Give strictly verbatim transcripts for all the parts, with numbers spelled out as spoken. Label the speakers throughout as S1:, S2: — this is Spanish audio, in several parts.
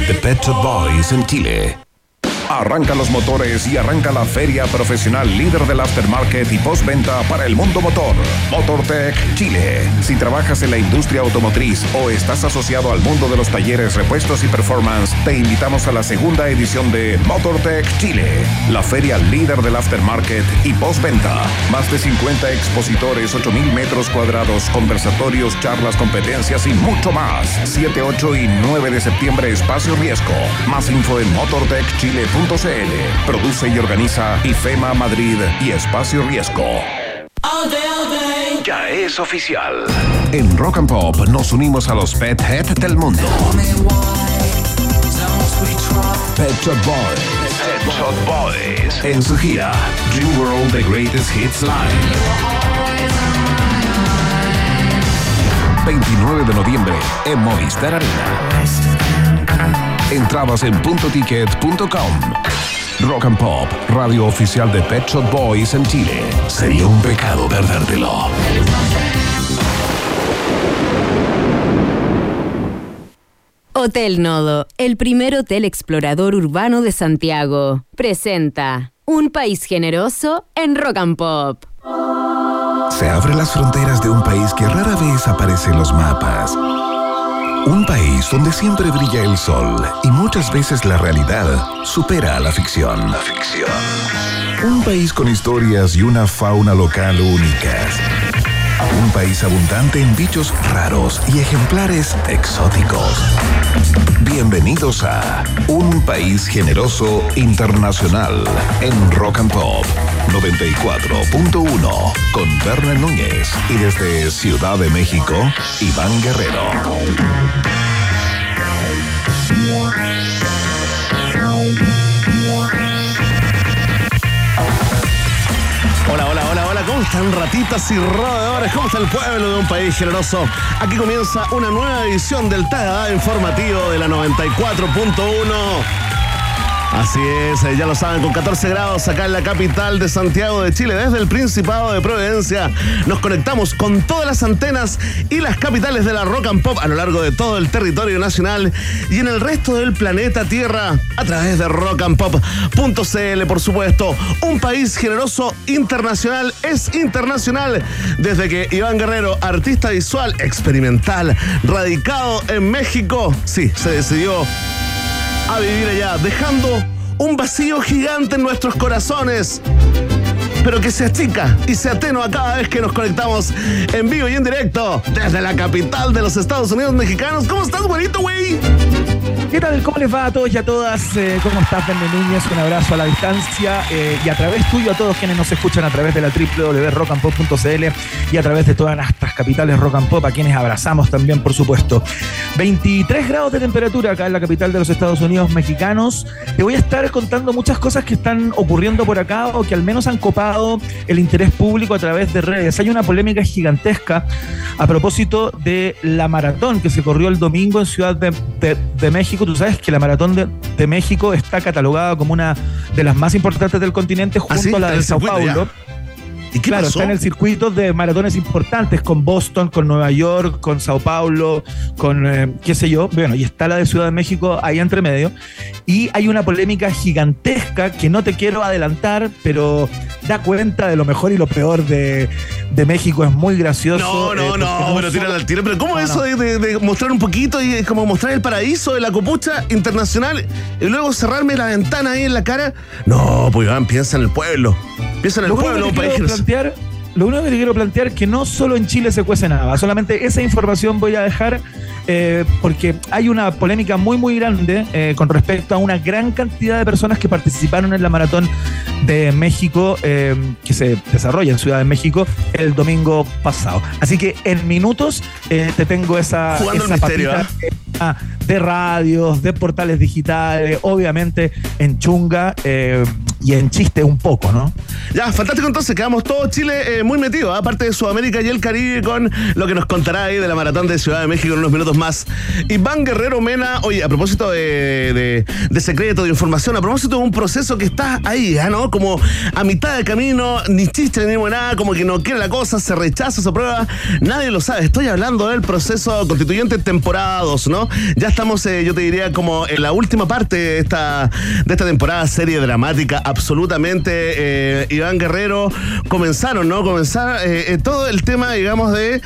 S1: de Pet Shop Boys en Chile. Arranca los motores y arranca la feria profesional líder del aftermarket y postventa para el mundo motor. MotorTech Chile. Si trabajas en la industria automotriz o estás asociado al mundo de los talleres, repuestos y performance, te invitamos a la segunda edición de MotorTech Chile, la feria líder del aftermarket y postventa. Más de cincuenta expositores, ocho mil metros cuadrados, conversatorios, charlas, competencias y mucho más. siete, ocho y nueve de septiembre, Espacio Riesgo. Más info en motortech chile punto c l. Produce y organiza IFEMA Madrid y Espacio Riesgo.
S2: All day, all day.
S1: Ya es oficial. En Rock and Pop nos unimos a los Pet Head del mundo. Pet Shop Boys. Pet Shop Boys. En su gira Dream World The Greatest Hits Live. veintinueve de noviembre en Movistar Arena. Entradas en punto ticket punto com. Rock and Pop, radio oficial de Pet Shop Boys en Chile. Sería un pecado perdértelo.
S3: Hotel Nodo, el primer hotel explorador urbano de Santiago, presenta Un País Generoso en Rock and Pop.
S1: Se abren las fronteras de un país que rara vez aparece en los mapas. Un país donde siempre brilla el sol y muchas veces la realidad supera a la ficción. La ficción. Un país con historias y una fauna local únicas. Un país abundante en bichos raros y ejemplares exóticos. Bienvenidos a Un País Generoso Internacional en Rock and Pop noventa y cuatro punto uno con Berna Núñez y desde Ciudad de México, Iván Guerrero.
S4: Hola, hola, hola, hola, ¿cómo están ratitas y roedores? ¿Cómo está el pueblo de Un País Generoso? Aquí comienza una nueva edición del Tada Informativo de la noventa y cuatro punto uno. Así es, ya lo saben, con catorce grados acá en la capital de Santiago de Chile, desde el Principado de Providencia, nos conectamos con todas las antenas y las capitales de la Rock and Pop a lo largo de todo el territorio nacional y en el resto del planeta Tierra a través de rock and pop punto c l, por supuesto. Un País Generoso Internacional es internacional desde que Iván Guerrero, artista visual experimental, radicado en México, sí, se decidió a vivir allá, dejando un vacío gigante en nuestros corazones, pero que se achica y se atenúa cada vez que nos conectamos en vivo y en directo desde la capital de los Estados Unidos mexicanos. ¿Cómo estás, güerito, güey?
S5: ¿Qué tal? ¿Cómo les va a todos y a todas? Eh, ¿Cómo estás, Berna Núñez? Un abrazo a la distancia eh, y a través tuyo a todos quienes nos escuchan a través de la doble u doble u doble u punto rock and pop punto c l y a través de todas nuestras capitales Rock and Pop, a quienes abrazamos también, por supuesto. veintitrés grados de temperatura acá en la capital de los Estados Unidos mexicanos. Te voy a estar contando muchas cosas que están ocurriendo por acá o que al menos han copado el interés público a través de redes. Hay una polémica gigantesca a propósito de la maratón que se corrió el domingo en Ciudad de, de, de México. Tú sabes que la maratón de, de México está catalogada como una de las más importantes del continente junto ¿Ah, sí? a la de Sao Paulo. Ya.
S4: ¿Y qué
S5: claro,
S4: pasó?
S5: Está en el circuito de maratones importantes con Boston, con Nueva York, con Sao Paulo, con eh, qué sé yo. Bueno, y está la de Ciudad de México ahí entre medio. Y hay una polémica gigantesca que no te quiero adelantar, pero da cuenta de lo mejor y lo peor de, de México. Es muy gracioso.
S4: No, no,
S5: eh,
S4: no,
S5: no,
S4: pero tírala al tiro. Pero ¿cómo
S5: no,
S4: eso
S5: no.
S4: De, de, de mostrar un poquito y como mostrar el paraíso de la copucha internacional y luego cerrarme la ventana ahí en la cara? No, pues Iván, piensa en el pueblo. Piensa en el
S5: Lo
S4: pueblo,
S5: único que
S4: país.
S5: quiero plantear, lo único que te quiero plantear es que no solo en Chile se cuece nada, solamente esa información voy a dejar eh, porque hay una polémica muy muy grande eh, con respecto a una gran cantidad de personas que participaron en la maratón de México eh, que se desarrolla en Ciudad de México el domingo pasado. Así que en minutos eh, te tengo esa,
S4: Jugando
S5: esa
S4: el misterio,
S5: papita ¿eh? de radios, de portales digitales, obviamente en Chunga. Eh, y en chiste un poco, ¿no?
S4: Ya, fantástico, entonces quedamos todo Chile eh, muy metido, ¿eh? Aparte de Sudamérica y el Caribe, con lo que nos contará ahí de la maratón de Ciudad de México en unos minutos más. Iván Guerrero Mena, oye, a propósito de, de, de secreto, de información, a propósito de un proceso que está ahí, ¿eh? ¿no? Como a mitad de camino, ni chiste ni nada, como que no quiere la cosa, se rechaza, se aprueba, nadie lo sabe. Estoy hablando del proceso constituyente temporada dos, ¿no? Ya estamos, eh, yo te diría, como en la última parte de esta, de esta temporada, serie dramática, absolutamente, eh, Iván Guerrero, comenzaron, ¿no? Comenzar eh, eh, todo el tema, digamos, de...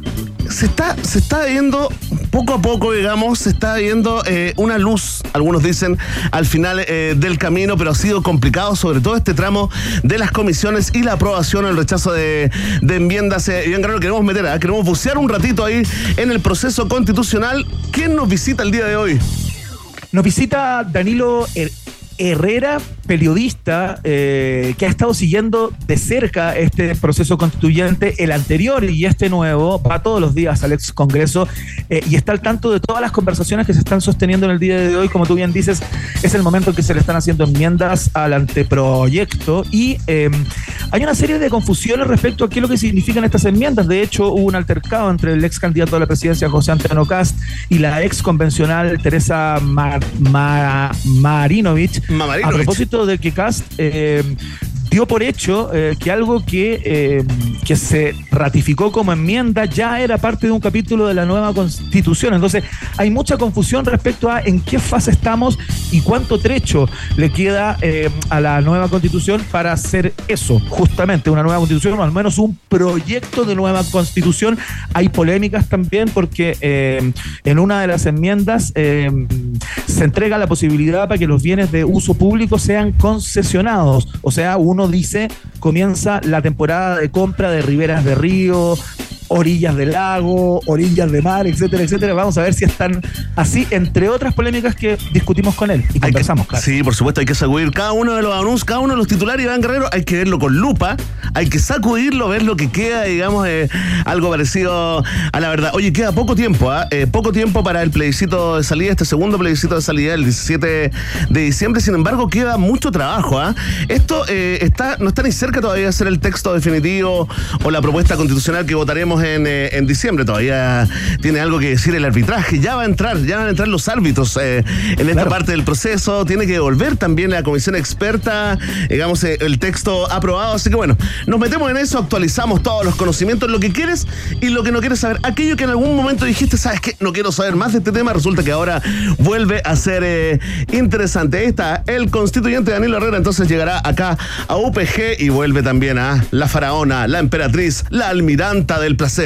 S4: Se está, se está viendo poco a poco, digamos, se está viendo eh, una luz, algunos dicen, al final eh, del camino, pero ha sido complicado, sobre todo este tramo de las comisiones y la aprobación o el rechazo de, de enmiendas. Eh, Iván Guerrero, queremos meter, ¿eh? queremos bucear un ratito ahí en el proceso constitucional. ¿Quién nos visita el día de hoy?
S5: Nos visita Danilo Her- Herrera, periodista eh, que ha estado siguiendo de cerca este proceso constituyente, el anterior y este nuevo, va todos los días al ex Congreso eh, y está al tanto de todas las conversaciones que se están sosteniendo en el día de hoy. Como tú bien dices, es el momento en que se le están haciendo enmiendas al anteproyecto y eh, hay una serie de confusiones respecto a qué es lo que significan estas enmiendas. De hecho, hubo un altercado entre el ex candidato a la presidencia, José Antonio Kast, y la ex convencional Teresa Mar- Mar- Marinovich,
S4: Marinovich,
S5: a propósito de que Kast eh, dio por hecho eh, que algo que, eh, que se ratificó como enmienda ya era parte de un capítulo de la nueva Constitución. Entonces hay mucha confusión respecto a en qué fase estamos y cuánto trecho le queda eh, a la nueva Constitución para hacer eso, justamente una nueva Constitución, o al menos un proyecto de nueva Constitución. Hay polémicas también porque eh, en una de las enmiendas eh, se entrega la posibilidad para que los bienes de uso público sean concesionados, o sea, uno dice, comienza la temporada de compra de riberas de río, orillas de lago, orillas de mar, etcétera, etcétera. Vamos a ver si están así, entre otras polémicas que discutimos con él y conversamos,
S4: claro. Sí, por supuesto, hay que sacudir cada uno de los anuncios, cada uno de los titulares, Iván Guerrero, hay que verlo con lupa, hay que sacudirlo, ver lo que queda, digamos, eh, algo parecido a la verdad. Oye, queda poco tiempo, ¿eh? Eh, poco tiempo para el plebiscito de salida, este segundo plebiscito de salida, el diecisiete de diciembre, sin embargo, queda mucho trabajo, ¿eh? Esto eh, está, no está ni cerca todavía de ser el texto definitivo o la propuesta constitucional que votaremos En, eh, en diciembre. Todavía tiene algo que decir el arbitraje. Ya va a entrar, ya van a entrar los árbitros eh, en esta claro. parte del proceso. Tiene que volver también la comisión experta, digamos, eh, el texto aprobado. Así que bueno, nos metemos en eso, actualizamos todos los conocimientos, lo que quieres y lo que no quieres saber. Aquello que en algún momento dijiste, ¿sabes qué? No quiero saber más de este tema. Resulta que ahora vuelve a ser eh, interesante. Ahí está el constituyente Danilo Herrera. Entonces llegará acá a U P G y vuelve también a la faraona, la emperatriz, la almiranta del placer.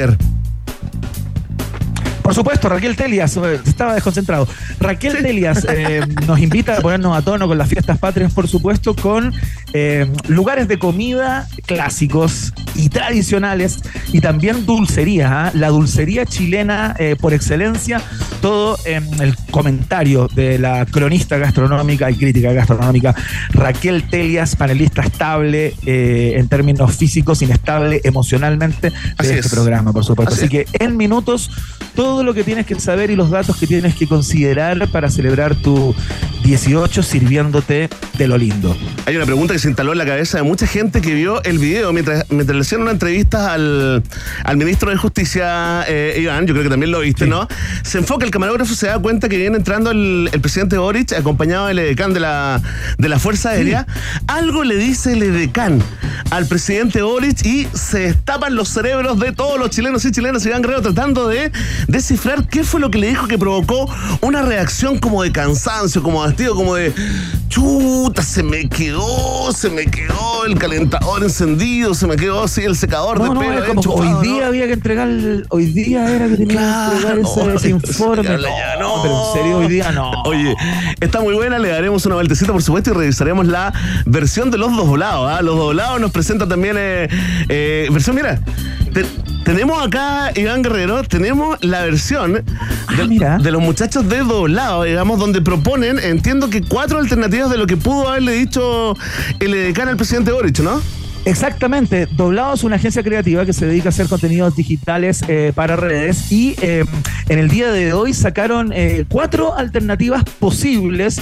S5: Por supuesto, Raquel Telias, estaba desconcentrado. Raquel sí. Telias eh, nos invita a ponernos a tono con las fiestas patrias, por supuesto, con eh, lugares de comida clásicos y tradicionales y también dulcería, ¿eh? La dulcería chilena eh, por excelencia, todo en el comentario de la cronista gastronómica y crítica gastronómica Raquel Telias, panelista estable eh, en términos físicos, inestable emocionalmente de Así este es. programa, por supuesto. Así, Así que en minutos, todo lo que tienes que saber y los datos que tienes que considerar para celebrar tu dieciocho sirviéndote de lo lindo.
S4: Hay una pregunta que se instaló en la cabeza de mucha gente que vio el video mientras, mientras le hicieron una entrevista al, al ministro de Justicia, eh, Iván, yo creo que también lo viste, sí. ¿no? Se enfoca, el camarógrafo se da cuenta que viene entrando el, el presidente Boric, acompañado del edecán de la, de la Fuerza Aérea. Sí. Algo le dice el edecán al presidente Boric y se destapan los cerebros de todos los chilenos y chilenas, Iván Guerrero, tratando de descifrar qué fue lo que le dijo que provocó una reacción como de cansancio, como de hastío, como de chuta, se me quedó, se me quedó el calentador encendido, se me quedó así el secador
S5: no,
S4: de
S5: no,
S4: pelo.
S5: Es como
S4: enchufado,
S5: hoy día ¿no? había que entregar, el, hoy día era que tenía claro, que entregar ese, no, ese informe. No,
S4: ya, no,
S5: pero en serio hoy día no.
S4: Oye, está muy buena, le daremos una vueltecita por supuesto y revisaremos la versión de los doblados. ¿eh? Los doblados nos presentan también eh, eh, versión, mira, te, tenemos acá, Iván Guerrero, tenemos la versión de, ah, de los muchachos de doblado, digamos, donde proponen, entiendo que cuatro alternativas de lo que pudo haberle dicho el edecán al presidente Boric, ¿no?
S5: Exactamente, Doblado es una agencia creativa que se dedica a hacer contenidos digitales eh, para redes y eh, en el día de hoy sacaron eh, cuatro alternativas posibles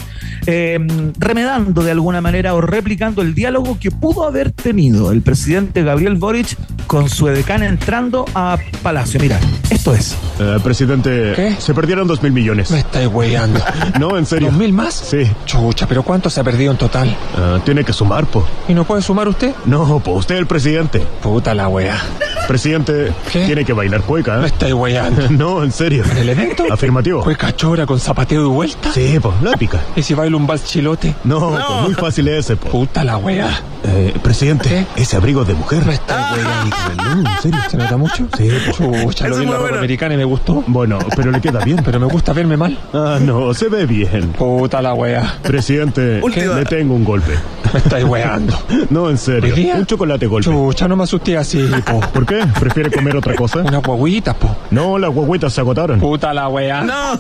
S5: eh, remedando de alguna manera o replicando el diálogo que pudo haber tenido el presidente Gabriel Boric con su edecán entrando a Palacio. Mira, esto es.
S6: Eh, presidente,
S7: ¿Qué?
S6: se perdieron dos mil millones.
S7: Me estáis weyando.
S6: No, en serio.
S7: ¿Dos mil más?
S6: Sí.
S7: Chucha, ¿pero cuánto se ha perdido en total?
S6: Eh, tiene que sumar, po.
S7: ¿Y no puede sumar usted?
S6: No, po, usted es el presidente.
S7: Puta la wea.
S6: Presidente,
S7: ¿Qué?
S6: tiene que bailar cueca.
S7: Me
S6: ¿eh?
S7: estáis weyando.
S6: No, en serio.
S7: ¿En el evento?
S6: Afirmativo.
S7: ¿Cueca chora con zapateo de vuelta?
S6: Sí, po, la épica.
S7: ¿Y si bailo un vals chilote?
S6: No, po, muy fácil ese, po.
S7: Puta la wea.
S6: Eh, presidente, ese abrigo de mujer.
S7: Me estáis weyando.
S6: No, en serio.
S7: ¿Se nota mucho?
S6: Sí,
S7: Chucha, lo vi en la ropa americana y me gustó.
S6: Bueno, pero le queda bien.
S7: Pero me gusta verme mal.
S6: Ah, no, se ve bien.
S7: Puta la wea.
S6: Presidente,
S7: Última.
S6: le tengo un golpe.
S7: Me estáis weando.
S6: No, en serio.
S7: ¿Hoy día?
S6: Un chocolate golpe.
S7: Chucha, no me asusté así, po.
S6: ¿Por qué? ¿Prefiere comer otra cosa?
S7: Una guaguita, po.
S6: No, las guagüitas se agotaron.
S7: Puta la wea.
S4: No.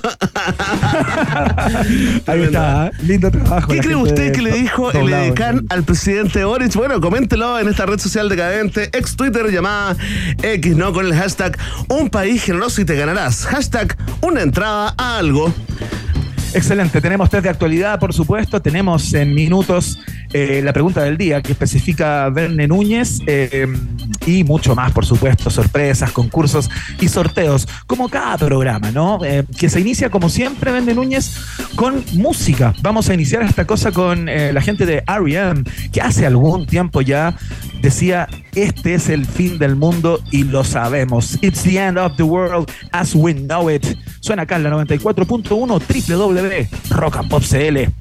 S5: Ahí está, ¿eh? Lindo trabajo.
S4: ¿Qué
S5: la
S4: cree
S5: gente
S4: usted
S5: de
S4: que le
S5: Do-
S4: dijo el
S5: Doblado.
S4: edecán al presidente Boric? Bueno, coméntelo en esta red social decadente, ex Twitter llamada X, ¿no? Con el hashtag Un país generoso y te ganarás. Hashtag una entrada a algo.
S5: Excelente, tenemos test de actualidad, por supuesto, tenemos en minutos eh, la pregunta del día que especifica Verne Núñez eh, y mucho más, por supuesto, sorpresas, concursos y sorteos, como cada programa, ¿no? Eh, que se inicia, como siempre, Verne Núñez, con música. Vamos a iniciar esta cosa con eh, la gente de R E M, que hace algún tiempo ya decía, este es el fin del mundo y lo sabemos. It's the end of the world as we know it. Suena acá en la noventa y cuatro punto uno, doble u doble u doble u punto rock and pop c l.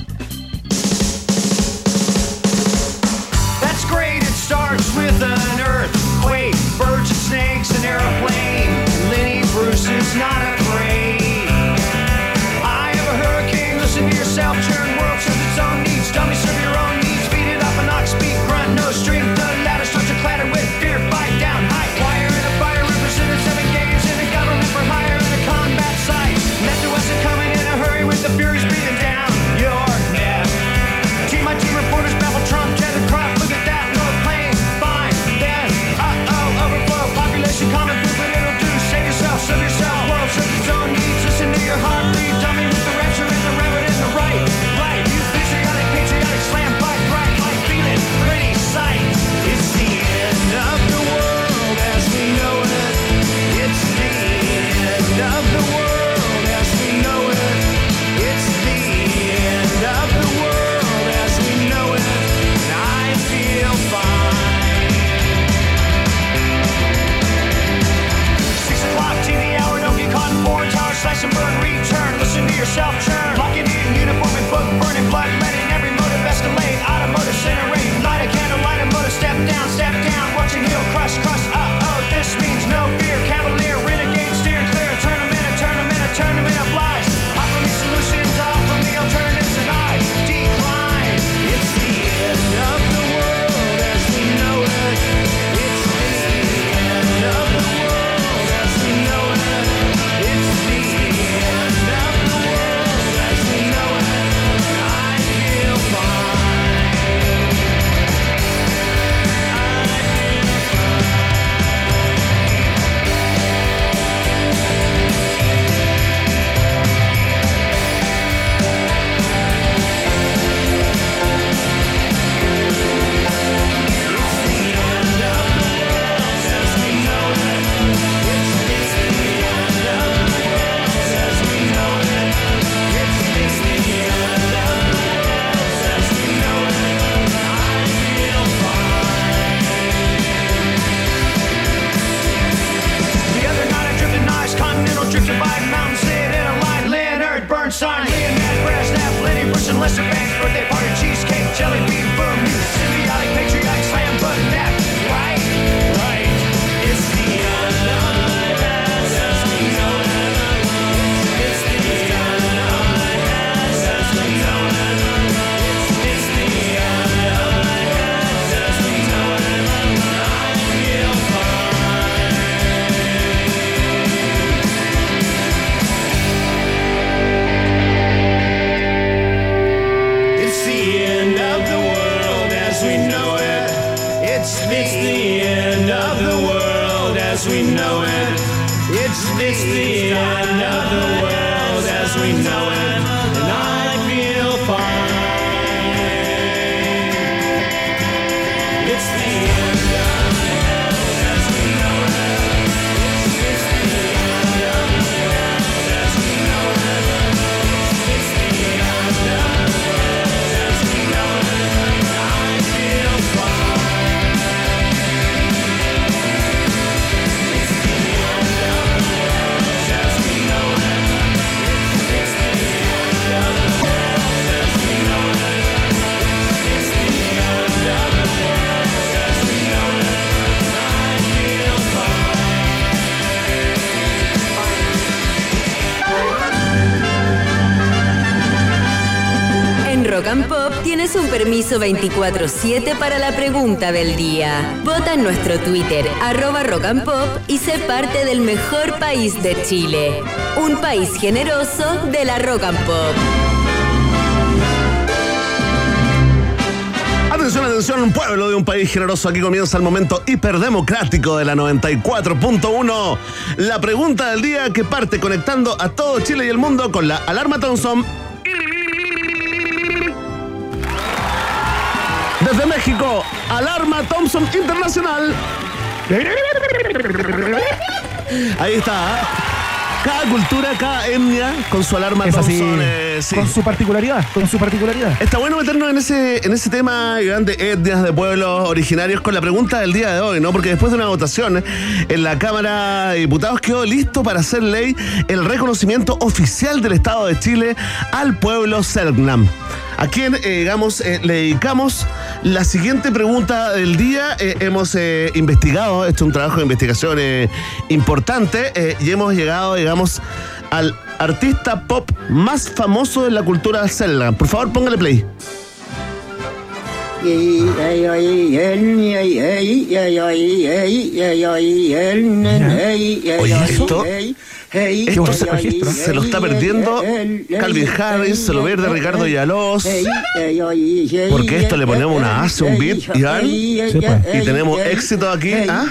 S2: That's great, it starts with an earthquake, birds and snakes, an airplane. Lenny Bruce is not afraid. I have a hurricane, listen to yourself, churn world serves its own needs. Dummy, serve your own needs, feed it up an ox, speak, grunt, no strength. The ladder starts to clatter with fear, fight down, high wire in a fire, represented seven games in a government for hire in a combat site. Left to West coming in a hurry with the furies breathing down your neck. Team my team reporters babble Trump, tether crop, look at that, no plane, fine, then, uh-oh, overflow, population common food, but it'll do, save yourself, serve yourself, world serves its own needs, listen to your heartbeat, dummy with the rapture and the rabbit in the right, right, you patriotic, patriotic, slam, fight, right, like feeling, pretty sight, it's the end of the world as we know it, it's the end of the world as we know it, it's the end of the world as we know it, and I feel fine. Six o'clock, T V hour, don't get caught in foreign tower, slash and burn, return, listen to yourself churn, lock it in, uniform and book, burning blood, letting every motive escalate, automotive centerate, light a candle, light a motor, step down, step down, watch your heel crush, crush, uh-oh, this means no fear, cavalier, renegade, steering clear, turn them in, turn them in, turn them in, oblige, offer me solutions, offer me alternatives, and I decline, it's the end of the world as we know it, it's the end of the world as we know it, it's the end of the world as we know it, and I feel fine, I feel The other night I drifted nice, continental drifted by mountains, lit in a line, Leonard Bernstein, Leonard Brezhnev, Lenny Bruce and Lester Banks, birthday party, cheesecake, jelly bean, boom, you symbiotic, patriotic, slam, but that, right, right, it's the end of the world as we know it, it's the end of the world as we know it, it's the end of the world as we know it, I feel fine. It's the end of the world
S3: Rock and Pop tienes un permiso veinticuatro siete para la pregunta del día. Vota en nuestro Twitter, arroba Rock and Pop, y sé parte del mejor país de Chile. Un país generoso de la Rock and Pop.
S4: Atención, atención, pueblo de un país generoso. Aquí comienza el momento hiperdemocrático de la noventa y cuatro punto uno. La pregunta del día que parte conectando a todo Chile y el mundo con la alarma Thompson. Desde México, alarma Thompson Internacional. Ahí está. Cada cultura, cada etnia con su alarma
S5: Es así,
S4: Thompson. Eh, sí.
S5: con su particularidad, con su particularidad.
S4: Está bueno meternos en ese, en ese tema, Iván, de etnias, de pueblos originarios, con la pregunta del día de hoy, ¿no? Porque después de una votación en la Cámara de Diputados quedó listo para hacer ley el reconocimiento oficial del Estado de Chile al pueblo Selknam, a quien, eh, digamos, eh, le dedicamos la siguiente pregunta del día. Eh, hemos eh, investigado, hecho un trabajo de investigación eh, importante eh, y hemos llegado, digamos, al artista pop más famoso de la cultura Selknam. Por favor, póngale play. Oye, esto... Esto se, registro. se lo está perdiendo Calvin Harris, se lo pierde Ricardo Villalobos, porque esto le ponemos una base, un beat, Iván,
S5: Sí, pues.
S4: y tenemos éxito aquí. ¿Ah?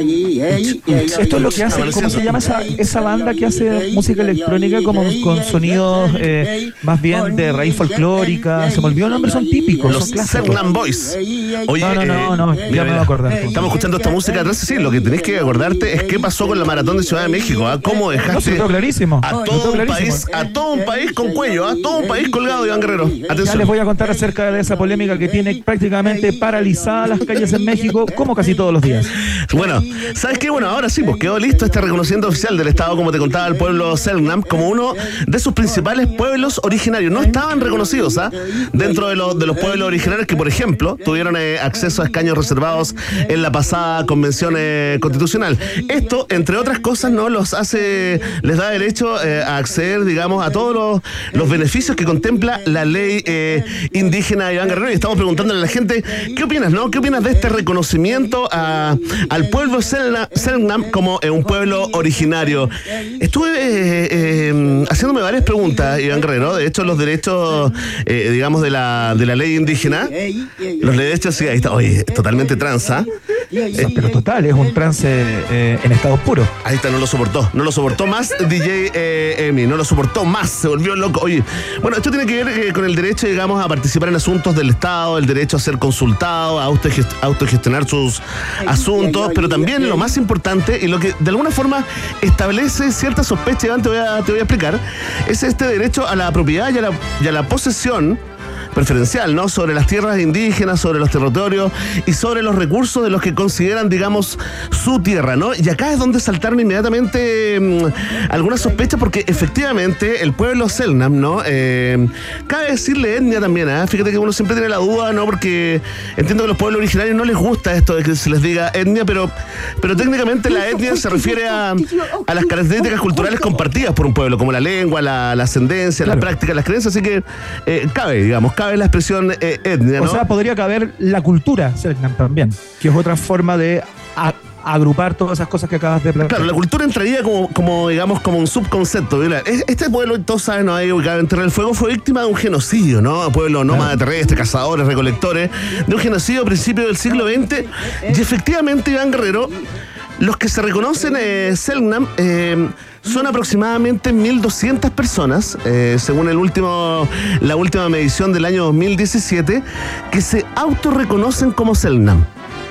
S5: Esto es lo que hace, ¿cómo se llama esa, esa banda que hace música electrónica como con sonidos eh, más bien de raíz folclórica? Se me olvidó el nombre, son típicos,
S4: Los
S5: son clásicos.
S4: Selknam Boys. Oye,
S5: No, no, no, no,
S4: eh,
S5: ya me voy a acordar.
S4: Estamos escuchando esta música atrás, sí, lo que tenés que acordarte es qué pasó con la maratón de Ciudad de México, ¿ah? ¿Cómo dejaste
S5: No, se quedó clarísimo.
S4: a
S5: Se
S4: todo
S5: quedó
S4: un
S5: clarísimo.
S4: país, a todo un país con cuello, a todo un país colgado, Iván Guerrero?
S5: Ya
S4: Atención.
S5: les voy a contar acerca de esa polémica que tiene prácticamente paralizadas las calles en México, como casi todos los días.
S4: Bueno, ¿sabes qué? Bueno, ahora sí, pues quedó listo este reconocimiento oficial del Estado, como te contaba, el pueblo Selknam, como uno de sus principales pueblos originarios. No estaban reconocidos, ¿ah? Dentro de, los de los pueblos originarios que, por ejemplo, tuvieron eh, acceso a escaños reservados en la pasada convención eh, constitucional. Esto, entre otras cosas, no los hace, les da derecho eh, a acceder, digamos, a todos los, los beneficios que contempla la ley eh, indígena de Iván Guerrero. Y estamos preguntándole a la gente, ¿qué opinas, no? ¿Qué opinas de este reconocimiento a, al pueblo Selknam como eh, un pueblo originario? Estuve eh, eh, haciéndome varias preguntas, Iván Guerrero. De hecho, los derechos, eh, digamos, de la, de la ley indígena, los derechos, sí, ahí está, oye, totalmente transa.
S5: Eh, pero total, es un trance eh, en estado puro.
S4: Ahí está, no lo soportó, no lo soportó más D J eh, Emi, no lo soportó más, se volvió loco. Oye, bueno, esto tiene que ver eh, con el derecho, digamos, a participar en asuntos del Estado, el derecho a ser consultado, a autogest- autogestionar sus asuntos, pero también lo más importante y lo que de alguna forma establece cierta sospecha, Iván, te voy a, te voy a explicar, es este derecho a la propiedad y a la, y a la posesión preferencial, ¿no? Sobre las tierras indígenas, sobre los territorios y sobre los recursos de los que consideran, digamos, su tierra, ¿no? Y acá es donde saltaron inmediatamente mmm, algunas sospechas, porque efectivamente el pueblo Selknam, ¿no? Eh, cabe decirle etnia también, ¿eh? Fíjate que uno siempre tiene la duda, ¿no? Porque entiendo que a los pueblos originarios no les gusta esto de que se les diga etnia, pero, pero técnicamente la etnia se refiere a, a las características culturales compartidas por un pueblo, como la lengua, la, la ascendencia,
S5: Claro.
S4: las prácticas, las creencias, así que eh, cabe, digamos, cabe la expresión eh, etnia, ¿no?
S5: O sea, podría caber la cultura Selknam también, que es otra forma de a- agrupar todas esas cosas que acabas de plantear.
S4: Claro, la cultura entraría como, como digamos, como un subconcepto. ¿Verdad? Este pueblo, todos saben, ¿no? Ahí ubicado en Tierra del Fuego, fue víctima de un genocidio, ¿no? Pueblo nómada terrestre, cazadores, recolectores, de un genocidio a principios del siglo veinte. Y efectivamente, Iván Guerrero, los que se reconocen eh, Selknam eh, son aproximadamente mil doscientas personas, eh, según el último, la última medición del año dos mil diecisiete, que se autorreconocen como Selknam.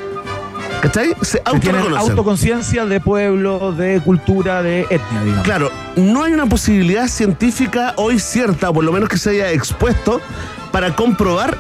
S4: ¿Cachai? Se
S5: Que tienen
S4: autorreconocen.
S5: autoconciencia de pueblo, de cultura, de etnia, digamos.
S4: Claro, no hay una posibilidad científica hoy cierta, o por lo menos que se haya expuesto, para comprobar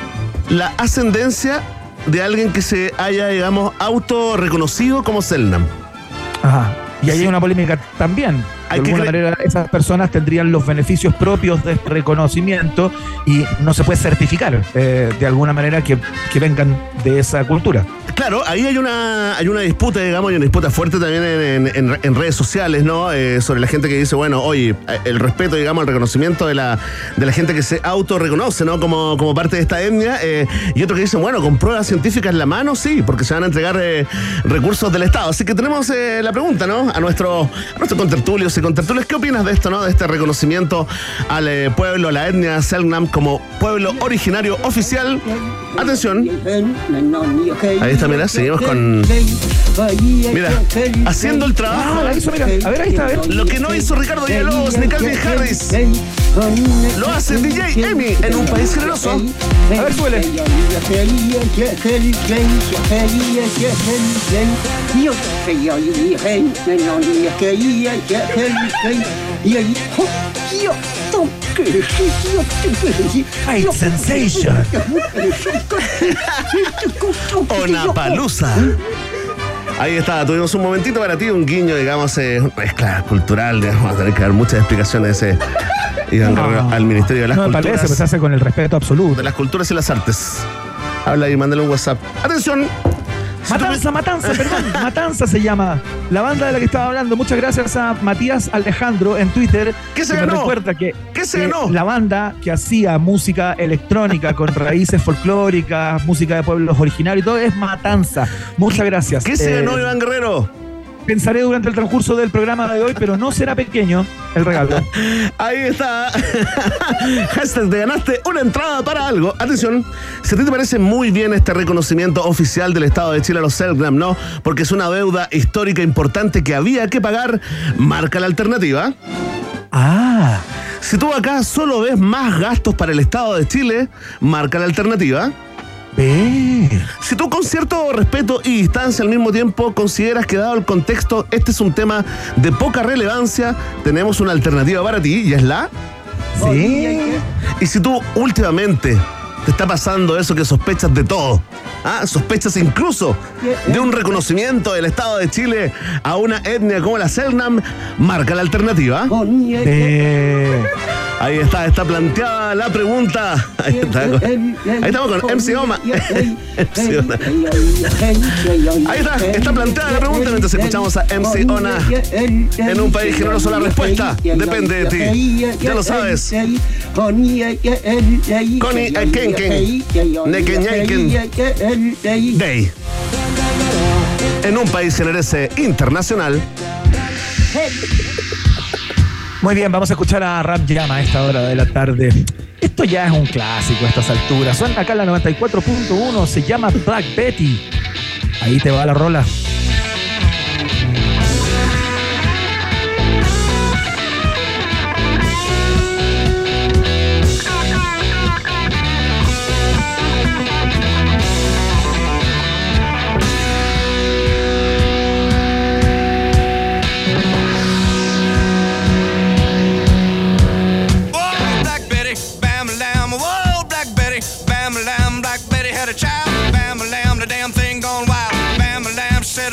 S4: la ascendencia de alguien que se haya, digamos, autorreconocido como Selknam.
S5: Ajá. Y ahí hay una polémica también. De
S4: Hay que
S5: alguna
S4: cre-
S5: manera, esas personas tendrían los beneficios propios de este reconocimiento y no se puede certificar eh, de alguna manera que, que vengan de esa cultura.
S4: Claro, ahí hay una hay una disputa, digamos, y una disputa fuerte también en, en, en redes sociales, ¿no? Eh, sobre la gente que dice, bueno, oye, el respeto, digamos, el reconocimiento de la de la gente que se autorreconoce, ¿no? Como, como parte de esta etnia. Eh, y otros que dicen, bueno, con pruebas científicas en la mano, sí, porque se van a entregar eh, recursos del Estado. Así que tenemos eh, la pregunta, ¿no? A nuestro, a nuestro contertulios y contertulios, ¿qué opinas de esto, ¿no? De este reconocimiento al eh, pueblo, a la etnia Selknam como pueblo originario oficial. Atención. Ahí está, mira, seguimos con... Mira, haciendo el trabajo.
S5: Ah, la hizo, mira. A ver, ahí está, a ver.
S4: Lo que no hizo Ricardo Villalobos ni Calvin Harris, lo hace D J Emi en Un País Generoso.
S5: A ver, suele. High Sensation.
S4: Onapalooza. Ahí está, tuvimos un momentito para ti, un guiño, digamos, eh, una mezcla cultural, digamos, vamos a tener que dar muchas explicaciones eh, Iván Guerrero,
S5: No,
S4: al Ministerio de las
S5: no me
S4: Culturas.
S5: parece, pues se hace con el respeto absoluto.
S4: De las Culturas y las Artes. Habla y mándale un WhatsApp. ¡Atención!
S5: Matanza, Matanza, perdón, Matanza se llama la banda de la que estaba hablando. Muchas gracias a Matías Alejandro en Twitter.
S4: ¿Qué se
S5: que me
S4: ganó?
S5: recuerda que,
S4: ¿Qué se
S5: que
S4: ganó?
S5: la banda que hacía música electrónica con raíces folclóricas, música de pueblos originarios y todo es Matanza. Muchas gracias.
S4: ¿Qué se
S5: Eh,
S4: ganó, Iván Guerrero?
S5: Pensaré durante el transcurso del programa de hoy, pero no será pequeño el regalo.
S4: Ahí está. Hashtag, te ganaste una entrada para algo. Atención, si a ti te parece muy bien este reconocimiento oficial del Estado de Chile a los Selknam, ¿no? Porque es una deuda histórica importante que había que pagar, marca la alternativa.
S5: Ah,
S4: Si tú acá solo ves más gastos para el Estado de Chile, marca la alternativa.
S5: ve.
S4: Si tú con cierto respeto y distancia al mismo tiempo consideras que dado el contexto este es un tema de poca relevancia, tenemos una alternativa para ti y es la...
S5: Sí.
S4: Y si tú últimamente te está pasando eso que sospechas de todo, ¿ah? Sospechas incluso de un reconocimiento del Estado de Chile a una etnia como la Selknam, marca la alternativa.
S5: Ve.
S4: Ahí está, está planteada la pregunta. Ahí, está, ahí estamos con M C Oma. M C Ona. Ahí está, está planteada la pregunta mientras escuchamos a M C Ona. En Un País Generoso la respuesta depende de ti. Ya lo sabes. Connie Ekenken Nekenyenken Day. En Un País Generoso Internacional.
S5: Muy bien, vamos a escuchar a Ram Llama a esta hora de la tarde. Esto ya es un clásico a estas alturas. Suena acá en la noventa y cuatro punto uno, se llama Black Betty. Ahí te va la rola.
S2: Child, bam, lamb, the damn thing gone wild. Bam, lamb,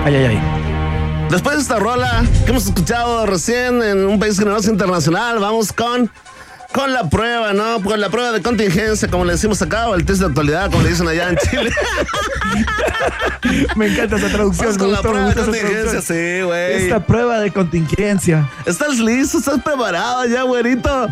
S5: Ay, ay, ay.
S4: Después de esta rola que hemos escuchado recién en un país generoso internacional, vamos con, con la prueba, ¿no? Con la prueba de contingencia, como le decimos acá, o el test de actualidad, como le dicen allá en Chile.
S5: Me encanta esa traducción.
S4: Vamos con
S5: me
S4: la
S5: gustó,
S4: prueba
S5: me
S4: de
S5: gustó esa
S4: contingencia,
S5: traducción.
S4: sí, güey.
S5: Esta prueba de contingencia.
S4: ¿Estás listo? ¿Estás preparado ya, güerito?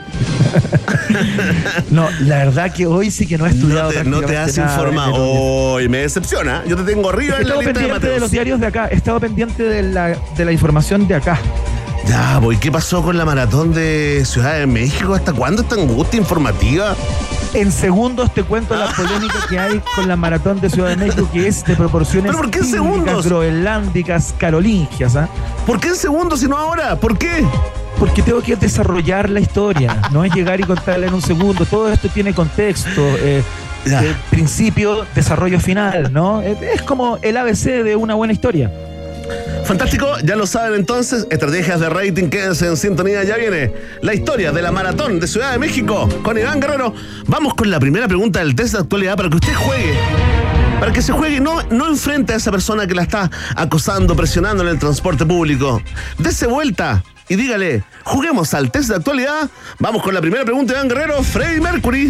S5: No, la verdad que hoy sí que no he estudiado.
S4: No te, no te has
S5: prácticamente nada,
S4: informado.
S5: Núñez.
S4: Hoy me decepciona. Yo te tengo arriba
S5: He
S4: en la
S5: estado
S4: lista de
S5: pendiente de,
S4: Mateos.
S5: los diarios de acá. He estado pendiente de la, de la información de acá.
S4: Ya, voy. ¿Qué pasó con la maratón de Ciudad de México? ¿Hasta cuándo esta angustia informativa?
S5: En segundos te cuento la polémica que hay con la maratón de Ciudad de México, que es de proporciones
S4: ¿Pero por qué en
S5: bíblicas,
S4: segundos?
S5: groenlándicas, carolingias. ¿Ah?
S4: ¿Por qué en segundos y no ahora? ¿Por qué?
S5: Porque tengo que desarrollar la historia. No es llegar y contarla en un segundo. Todo esto tiene contexto. Eh,
S4: Ya.
S5: eh, principio, desarrollo final, ¿no? Es, es como el A B C de una buena historia.
S4: Fantástico, ya lo saben entonces, estrategias de rating, quédense en sintonía, ya viene la historia de la maratón de Ciudad de México con Iván Guerrero. Vamos con la primera pregunta del test de actualidad para que usted juegue, para que se juegue, no, no enfrente a esa persona que la está acosando, presionando en el transporte público. Dese vuelta y dígale, juguemos al test de actualidad. Vamos con la primera pregunta, Iván Guerrero. Freddie Mercury.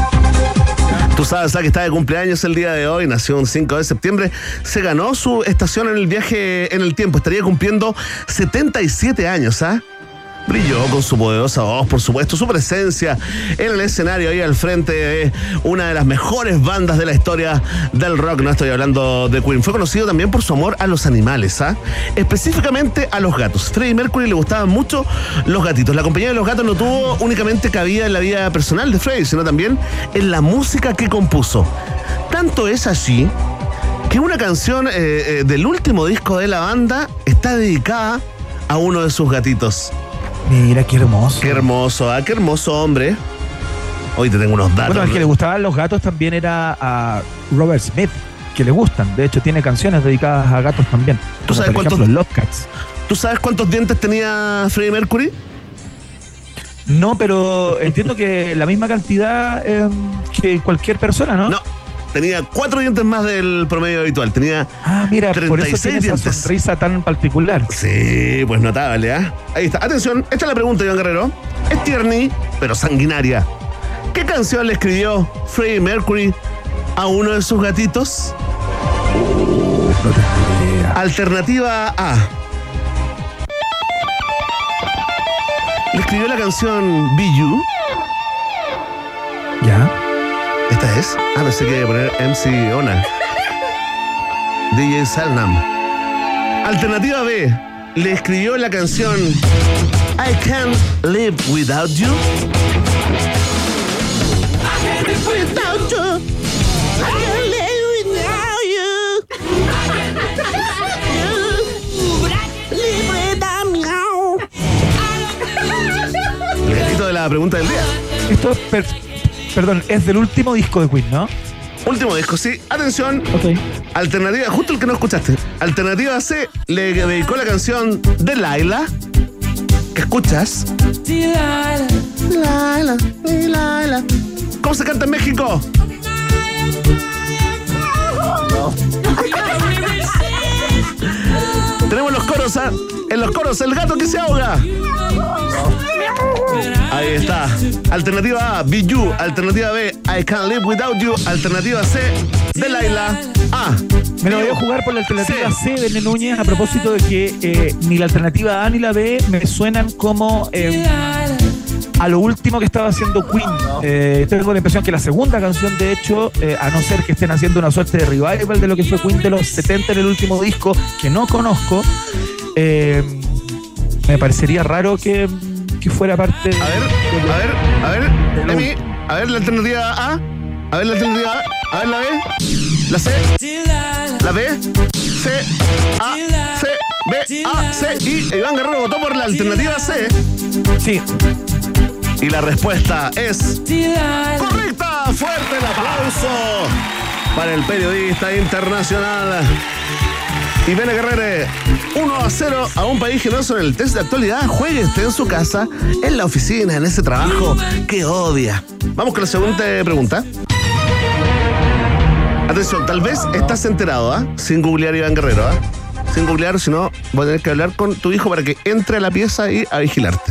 S4: Tú sabes, ¿sabes? Que está de cumpleaños el día de hoy, nació un cinco de septiembre, se ganó su estación en el viaje en el tiempo, estaría cumpliendo setenta y siete años, ¿ah? Brilló con su poderosa voz, por supuesto, su presencia en el escenario ahí al frente de una de las mejores bandas de la historia del rock. No estoy hablando de Queen. Fue conocido también por su amor a los animales, ¿ah? Específicamente a los gatos. Freddie Mercury le gustaban mucho los gatitos. La compañía de los gatos no tuvo únicamente cabida en la vida personal de Freddie, sino también en la música que compuso. Tanto es así que una canción eh, eh, del último disco de la banda está dedicada a uno de sus gatitos.
S5: Mira, qué hermoso.
S4: Qué hermoso, ¿ah? Qué hermoso hombre. Hoy te tengo unos datos.
S5: Bueno, el que le gustaban los gatos también era a Robert Smith, que le gustan. De hecho, tiene canciones dedicadas a gatos también.
S4: ¿Tú
S5: Como
S4: sabes
S5: por
S4: cuántos-
S5: ejemplo, Love Cats.
S4: ¿Tú sabes cuántos dientes tenía Freddie Mercury?
S5: No, pero entiendo que la misma cantidad eh, que cualquier persona, ¿no?
S4: No, tenía cuatro dientes más del promedio habitual. Tenía...
S5: Ah, mira, por
S4: treinta y
S5: eso
S4: seis
S5: tiene esa
S4: dientes.
S5: sonrisa tan particular.
S4: Sí, pues notable, ¿ah? Ahí está. Atención, esta es la pregunta, Iván Guerrero. Es tierni, pero sanguinaria. ¿Qué canción le escribió Freddie Mercury a uno de sus gatitos?
S5: No tengo idea.
S4: Alternativa A. Le escribió la canción Be You.
S5: ¿Ya?
S4: Esta es. Ah, pensé que iba a poner M C Ona. D J Salnam. Alternativa B. Le escribió la canción I Can't Live Without You. Without you. I can't live without you. El gatito de la pregunta del día.
S5: Esto, per- perdón, es del último disco de Queen, ¿no?
S4: Último disco, sí. Atención.
S5: Ok.
S4: Alternativa, justo el que no escuchaste. Alternativa C, le dedicó la canción de Laila. ¿Qué escuchas? Laila, Laila. ¿Cómo se canta en México? Tenemos los coros, ¿ah? En los coros, el gato que se ahoga. Ahí está. Alternativa A, Be You. Alternativa B, I Can't Live Without You. Alternativa C, Delilah. A.
S5: Me lo voy a jugar por la alternativa C de Nene Núñez a propósito de que eh, ni la alternativa A ni la B me suenan como eh, a lo último que estaba haciendo Queen. Eh, tengo la impresión que la segunda canción, de hecho, eh, a no ser que estén haciendo una suerte de revival de lo que fue Queen de los setenta en el último disco, que no conozco, eh, me parecería raro que, que fuera parte...
S4: A ver, a ver, a ver, Emi, a ver la alternativa A, a ver la alternativa A, a ver la B, la C, la B, C, A, C, B, A, C, y Iván Guerrero votó por la alternativa C.
S5: Sí.
S4: Y la respuesta es correcta. Fuerte el aplauso para el periodista internacional Iván Guerrero. uno a cero a un país generoso en el test de actualidad. Juegue usted en su casa, en la oficina, en ese trabajo que odia. Vamos con la segunda pregunta. Atención, tal vez estás enterado, ¿ah? Sin googlear Iván Guerrero, ¿ah? sin googlear, si no, voy a tener que hablar con tu hijo para que entre a la pieza y a vigilarte.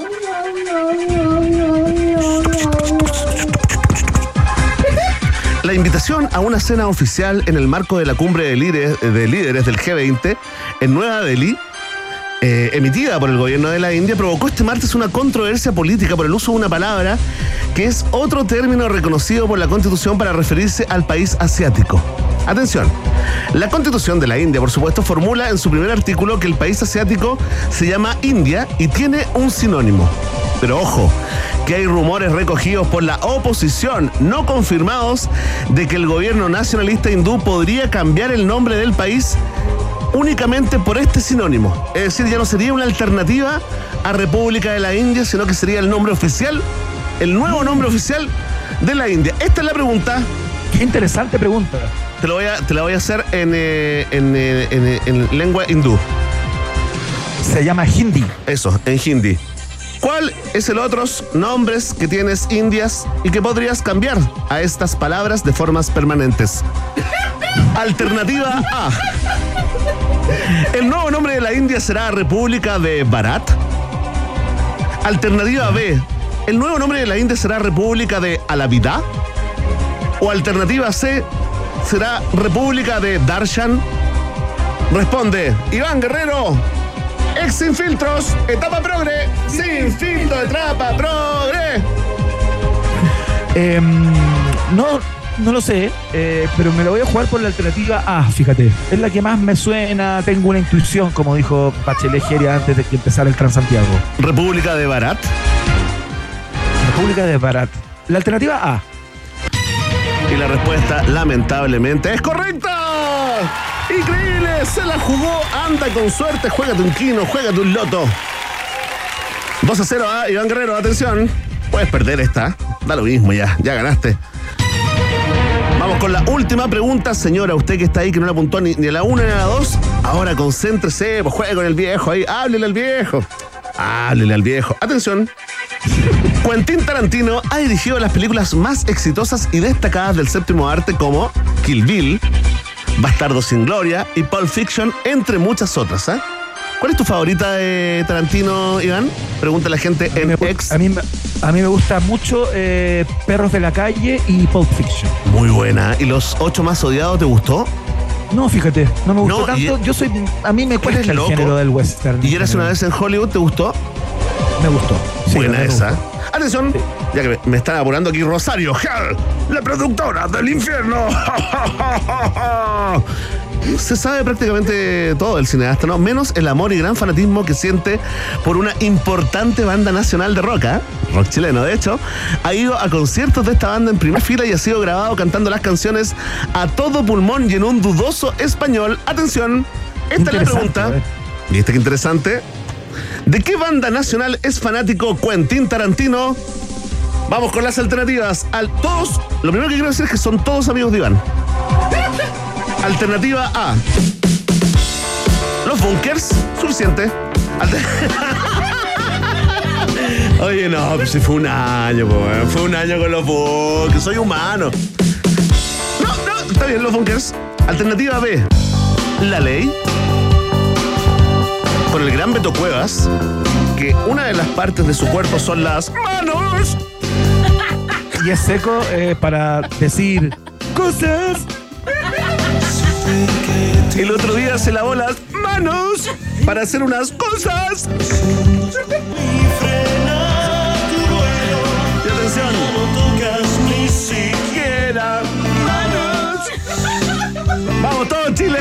S4: La invitación a una cena oficial en el marco de la cumbre de líderes, de líderes del G veinte en Nueva Delhi, eh, emitida por el gobierno de la India, provocó este martes una controversia política por el uso de una palabra que es otro término reconocido por la Constitución para referirse al país asiático. Atención, la Constitución de la India, por supuesto, formula en su primer artículo que el país asiático se llama India y tiene un sinónimo. Pero ojo, que hay rumores recogidos por la oposición no confirmados de que el gobierno nacionalista hindú podría cambiar el nombre del país únicamente por este sinónimo. Es decir, ya no sería una alternativa a República de la India, sino que sería el nombre oficial, el nuevo nombre oficial de la India. Esta es la pregunta.
S5: Qué interesante pregunta.
S4: Te, lo voy a, te la voy a hacer en, eh, en, eh, en, eh, en lengua hindú.
S5: Se llama hindi.
S4: Eso, en hindi. ¿Cuál es el otros nombres que tienes indias y que podrías cambiar a estas palabras de formas permanentes? Alternativa A. El nuevo nombre de la India será República de Bharat. Alternativa B. El nuevo nombre de la India será República de Alavidad. O alternativa C. Será República de Darshan. Responde Iván Guerrero. Ex Sin Filtros, etapa progre. Sin filtro, etapa progre.
S5: Eh, no, no lo sé, eh, pero me lo voy a jugar por la alternativa A, fíjate. Es la que más me suena, tengo una intuición, como dijo Bachelet Geria antes de que empezara el Transantiago.
S4: República de Bharat.
S5: República de Bharat. La alternativa A.
S4: Y la respuesta, lamentablemente, es correcta. Increíble, se la jugó, anda con suerte, juégate un quino, juégate un loto. dos a cero a Iván Guerrero, atención. Puedes perder esta, da lo mismo ya, ya ganaste. Vamos con la última pregunta, señora, usted que está ahí, que no la apuntó ni, ni a la una ni a la dos. Ahora concéntrese, pues juegue con el viejo ahí, háblele al viejo. Háblele al viejo. Atención. Quentin Tarantino ha dirigido las películas más exitosas y destacadas del séptimo arte como Kill Bill, Bastardo sin Gloria y Pulp Fiction, entre muchas otras, ¿eh? ¿Cuál es tu favorita de Tarantino, Iván? Pregunta la gente en
S5: me,
S4: X.
S5: A mí, a mí me gusta mucho eh, Perros de la Calle y Pulp Fiction.
S4: Muy buena. ¿Y Los Ocho Más Odiados te gustó?
S5: No, fíjate, no me gustó
S4: No,
S5: tanto.
S4: y-
S5: Yo soy, a mí me cuesta
S4: Eres
S5: el
S4: loco.
S5: género del western.
S4: ¿Y Eras una vez en Hollywood? ¿Te gustó?
S5: Me gustó. Sí,
S4: Buena
S5: me
S4: esa.
S5: gustó.
S4: Atención,
S5: Sí.
S4: ya que me, me están apurando aquí Rosario Hell, la productora del infierno. Se sabe prácticamente todo del cineasta, ¿no? Menos el amor y gran fanatismo que siente por una importante banda nacional de rock, ¿eh? Rock chileno, de hecho. Ha ido a conciertos de esta banda en primera fila y ha sido grabado cantando las canciones a todo pulmón y en un dudoso español. Atención, esta es la
S5: Interesante,
S4: pregunta.
S5: a ver.
S4: ¿Viste qué interesante? ¿De qué banda nacional es fanático Quentin Tarantino? Vamos con las alternativas. Al, todos, lo primero que quiero decir es que son todos amigos de Iván. Alternativa A. Los Bunkers, suficiente. Alter- Oye, no, pues si fue un año, po, eh. Fue un año con los Bunkers, soy humano. No, no, está bien, los Bunkers. Alternativa B. La Ley. Por el gran Beto Cuevas, que una de las partes de su cuerpo son las manos.
S5: Y es seco eh, para decir cosas.
S4: El otro día se lavó las manos para hacer unas cosas. Y atención, no tocas ni siquiera manos. Vamos todos, Chile.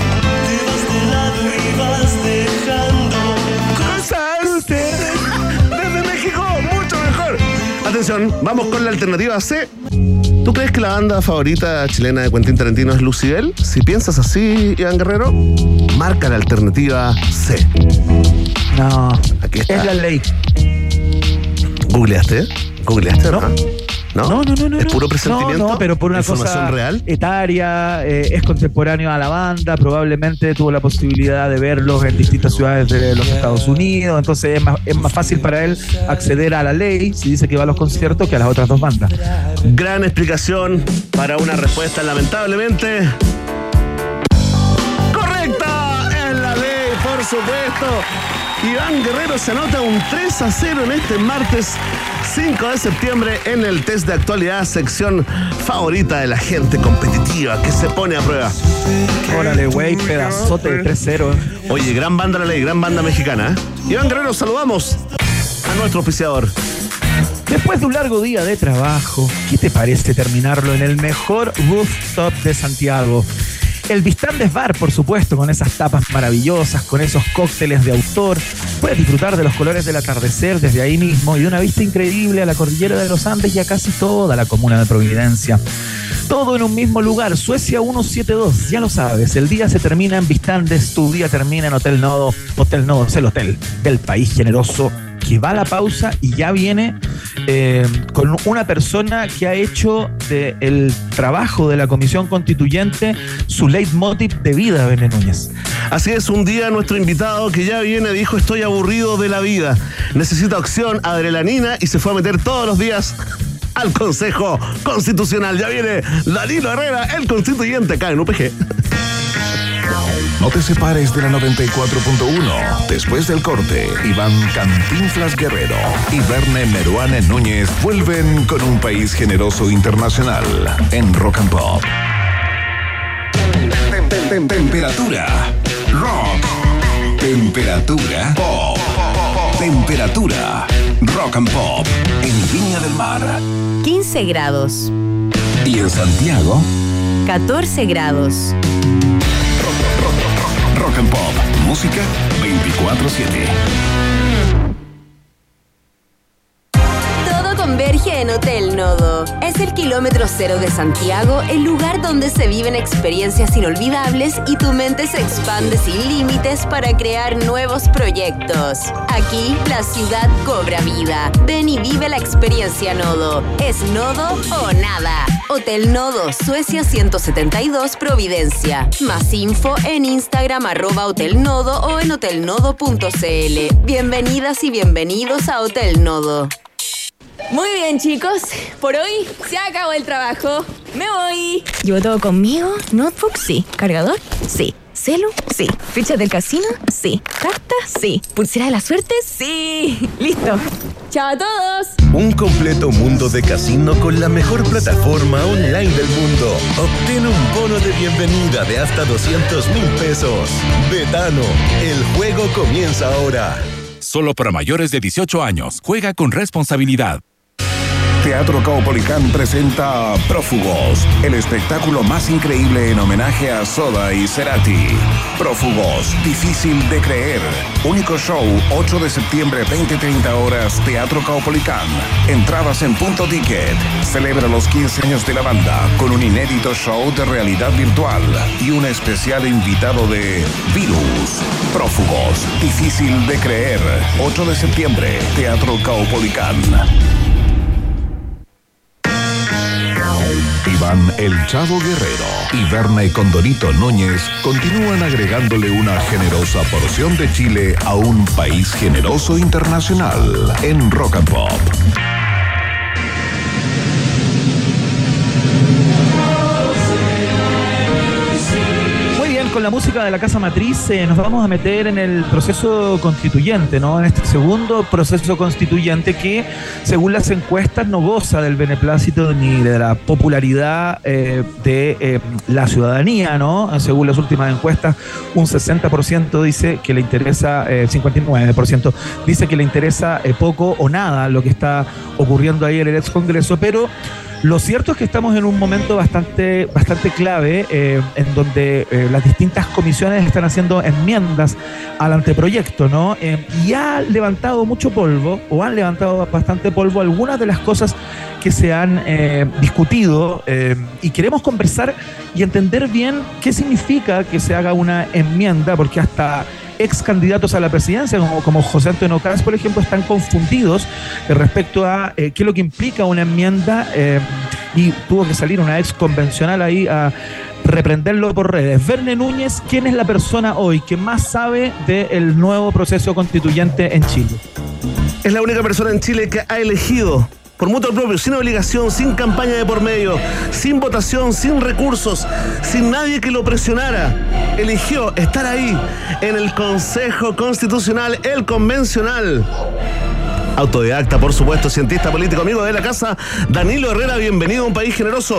S4: Cosas desde México, mucho mejor. Atención, vamos con la alternativa C. ¿Tú crees que la banda favorita chilena de Quentin Tarantino es Lucibel? Si piensas así, Iván Guerrero, marca la alternativa C.
S5: No,
S4: Aquí está.
S5: es La Ley.
S4: ¿Googleaste? ¿Googleaste?
S5: No.
S4: ¿no? ¿No?
S5: No, no, no, no.
S4: ¿Es puro
S5: no.
S4: presentimiento?
S5: No, no, pero por una
S4: ¿Información
S5: cosa
S4: real?
S5: etaria, eh, es contemporáneo a la banda, probablemente tuvo la posibilidad de verlos en distintas ciudades de los Estados Unidos, entonces es más, es más fácil para él acceder a La Ley si dice que va a los conciertos que a las otras dos bandas.
S4: Gran explicación para una respuesta lamentablemente correcta. El por supuesto. Iván Guerrero se anota un tres a cero en este martes cinco de septiembre en el test de actualidad, sección favorita de la gente competitiva que se pone a prueba.
S5: Órale, güey, pedazote de tres cero.
S4: Oye, gran banda la ley, gran banda mexicana, ¿eh? Iván Guerrero, saludamos a nuestro auspiciador.
S5: Después de un largo día de trabajo, ¿qué te parece terminarlo en el mejor rooftop de Santiago? El Vistandes Bar, por supuesto, con esas tapas maravillosas, con esos cócteles de autor. Puedes disfrutar de los colores del atardecer desde ahí mismo y de una vista increíble a la cordillera de los Andes y a casi toda la comuna de Providencia. Todo en un mismo lugar, Suecia ciento setenta y dos, ya lo sabes, el día se termina en Vistandes, tu día termina en Hotel Nodo. Hotel Nodo es el hotel del país generoso que va a la pausa y ya viene eh, con una persona que ha hecho del trabajo de la Comisión Constituyente su leitmotiv de vida, Verne Núñez.
S4: Así es, un día nuestro invitado que ya viene dijo: estoy aburrido de la vida, necesito acción, adrenalina, y se fue a meter todos los días al Consejo Constitucional. Ya viene Danilo Herrera, el constituyente, acá en U P G.
S1: No te separes de la noventa y cuatro punto uno. Después del corte, Iván Cantinflas Guerrero y Verne Meruane Núñez vuelven con un país generoso internacional en Rock and Pop. Tem- tem- tem- Temperatura rock. Temperatura pop. Temperatura rock and pop en Viña del Mar.
S3: quince grados.
S1: Y en Santiago,
S3: catorce grados.
S1: Rock and Pop, música veinticuatro siete.
S3: Todo converge en Hotel Nodo. Es el kilómetro cero de Santiago, el lugar donde se viven experiencias inolvidables y tu mente se expande sin límites para crear nuevos proyectos. Aquí, la ciudad cobra vida. Ven y vive la experiencia Nodo. ¿Es Nodo o nada? Hotel Nodo, Suecia ciento setenta y dos, Providencia. Más info en Instagram, arroba Hotel Nodo o en hotelnodo punto c l. Bienvenidas y bienvenidos a Hotel Nodo.
S8: Muy bien, chicos. Por hoy se acabó el trabajo. Me voy. ¿Llevo todo conmigo? ¿Notebook? Sí. ¿Cargador? Sí. ¿Celu? Sí. ¿Fichas del casino? Sí. ¿Carta? Sí. ¿Pulsera de la suerte? Sí. Listo. ¡Chao a todos!
S9: Un completo mundo de casino con la mejor plataforma online del mundo. Obtén un bono de bienvenida de hasta doscientos mil pesos. Betano, el juego comienza ahora.
S10: Solo para mayores de dieciocho años. Juega con responsabilidad.
S1: Teatro Caupolicán presenta Prófugos, el espectáculo más increíble en homenaje a Soda y Cerati. Prófugos, difícil de creer. Único show, ocho de septiembre, veinte treinta horas, Teatro Caupolicán. Entradas en Punto Ticket. Celebra los quince años de la banda con un inédito show de realidad virtual y un especial invitado de Virus. Prófugos, difícil de creer. ocho de septiembre, Teatro Caupolicán. Iván El Chavo Guerrero y Verne Condorito Núñez continúan agregándole una generosa porción de Chile a un país generoso internacional en Rock and Pop.
S5: Con la música de la Casa Matriz eh, nos vamos a meter en el proceso constituyente, ¿no? En este segundo proceso constituyente que, según las encuestas, no goza del beneplácito ni de la popularidad eh, de eh, la ciudadanía, ¿no? Según las últimas encuestas, un sesenta por ciento dice que le interesa, eh, cincuenta y nueve por ciento dice que le interesa eh, poco o nada lo que está ocurriendo ahí en el ex Congreso, pero lo cierto es que estamos en un momento bastante, bastante clave eh, en donde eh, las distintas comisiones están haciendo enmiendas al anteproyecto, ¿no? Eh, y ha levantado mucho polvo, o han levantado bastante polvo algunas de las cosas que se han eh, discutido eh, y queremos conversar y entender bien qué significa que se haga una enmienda, porque hasta ex candidatos a la presidencia, como, como José Antonio Caz, por ejemplo, están confundidos eh, respecto a eh, qué es lo que implica una enmienda eh, y tuvo que salir una ex convencional ahí a reprenderlo por redes. Verne Núñez, ¿quién es la persona hoy que más sabe del nuevo proceso constituyente en Chile?
S4: Es la única persona en Chile que ha elegido por mutuo propio, sin obligación, sin campaña de por medio, sin votación, sin recursos, sin nadie que lo presionara, eligió estar ahí en el Consejo Constitucional, el convencional. Autodidacta, por supuesto, cientista político, amigo de la casa, Danilo Herrera, bienvenido a Un País Generoso.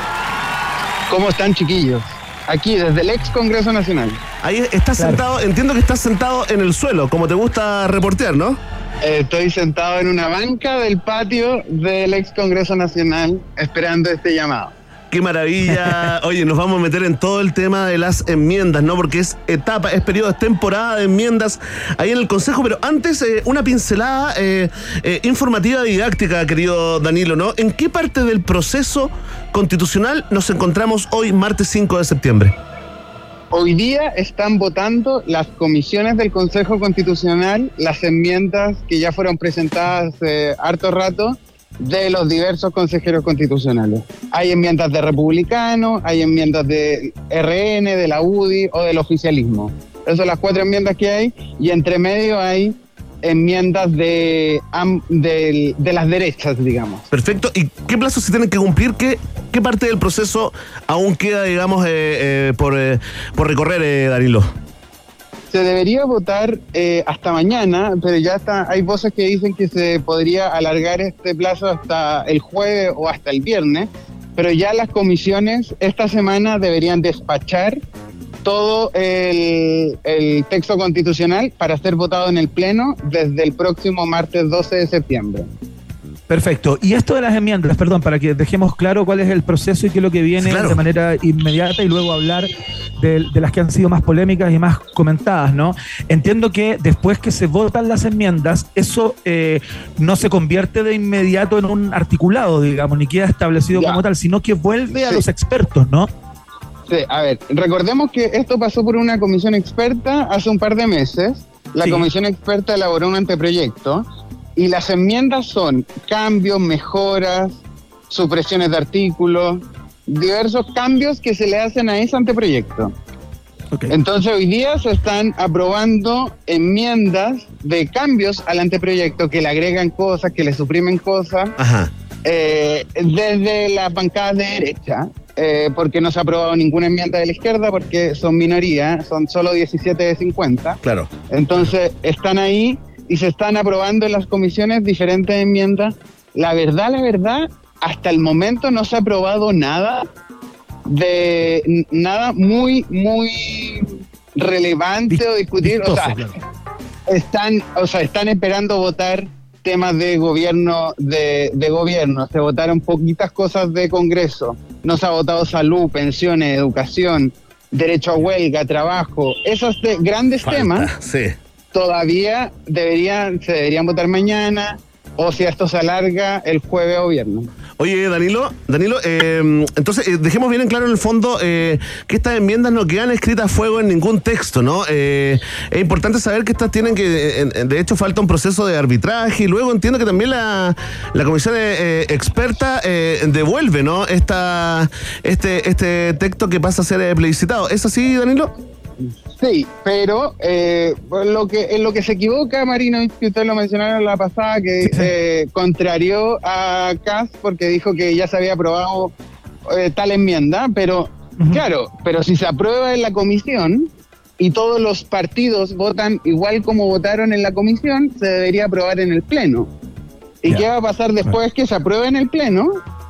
S11: ¿Cómo están, chiquillos? Aquí, desde el ex Congreso Nacional.
S4: Ahí estás claro. sentado, entiendo que estás sentado en el suelo, como te gusta reportear, ¿no?
S11: Eh, estoy sentado en una banca del patio del ex Congreso Nacional, esperando este llamado.
S4: Qué maravilla. Oye, nos vamos a meter en todo el tema de las enmiendas, ¿no? Porque es etapa, es periodo, es temporada de enmiendas ahí en el Consejo. Pero antes, eh, una pincelada eh, eh, informativa didáctica, querido Danilo, ¿no? ¿En qué parte del proceso constitucional nos encontramos hoy, martes cinco de septiembre?
S11: Hoy día están votando las comisiones del Consejo Constitucional las enmiendas que ya fueron presentadas hace harto rato de los diversos consejeros constitucionales. Hay enmiendas de republicanos, hay enmiendas de R N, de la U D I o del oficialismo. Esas son las cuatro enmiendas que hay, y entre medio hay enmiendas de, de, de las derechas, digamos.
S4: Perfecto. ¿Y qué plazos se tienen que cumplir? ¿Qué, qué parte del proceso aún queda, digamos, eh, eh, por, eh, por recorrer, eh, Danilo?
S11: Se debería votar eh, hasta mañana, pero ya está, hay voces que dicen que se podría alargar este plazo hasta el jueves o hasta el viernes, pero ya las comisiones esta semana deberían despachar todo el, el texto constitucional para ser votado en el Pleno desde el próximo martes doce de septiembre.
S5: Perfecto. Y esto de las enmiendas, perdón, para que dejemos claro cuál es el proceso y qué es lo que viene claro. de manera inmediata, y luego hablar de, de las que han sido más polémicas y más comentadas, ¿no? Entiendo que después que se votan las enmiendas, eso eh, no se convierte de inmediato en un articulado, digamos, ni queda establecido ya. como tal, sino que vuelve sí. a los expertos, ¿no?
S11: Sí, a ver, recordemos que esto pasó por una comisión experta hace un par de meses. La sí. comisión experta elaboró un anteproyecto y las enmiendas son cambios, mejoras, supresiones de artículos, diversos cambios que se le hacen a ese anteproyecto. Okay. Entonces hoy día se están aprobando enmiendas de cambios al anteproyecto que le agregan cosas, que le suprimen cosas, Ajá. Eh, desde las bancadas de derecha. Eh, porque no se ha aprobado ninguna enmienda de la izquierda porque son minoría, son solo diecisiete de cincuenta.
S4: Claro.
S11: Entonces están ahí y se están aprobando en las comisiones diferentes enmiendas. La verdad, la verdad, hasta el momento no se ha aprobado nada de nada muy, muy relevante Di- o discutir. Vistoso, o sea, claro. están, o sea, están esperando votar temas de gobierno, de, de gobierno. Se votaron poquitas cosas de Congreso. No se ha votado salud, pensiones, educación, derecho a huelga, trabajo. Esos te, grandes Falta, temas
S4: sí.
S11: todavía deberían, se deberían votar mañana, o si esto se alarga, el jueves o viernes.
S4: Oye, Danilo, Danilo, eh, entonces eh, dejemos bien en claro en el fondo eh, que estas enmiendas no quedan escritas a fuego en ningún texto, ¿no? Eh, es importante saber que estas tienen que, eh, de hecho, falta un proceso de arbitraje, y luego entiendo que también la, la comisión eh, experta eh, devuelve, ¿no? Esta, este, este texto que pasa a ser eh, plebiscitado. ¿Es así, Danilo?
S11: Sí, pero eh, lo que en lo que se equivoca, Marino, que usted lo mencionaron la pasada, que eh, contrarió a Kass porque dijo que ya se había aprobado eh, tal enmienda, pero uh-huh. claro, pero si se aprueba en la comisión y todos los partidos votan igual como votaron en la comisión, se debería aprobar en el Pleno. ¿Y yeah. qué va a pasar después que se apruebe en el Pleno?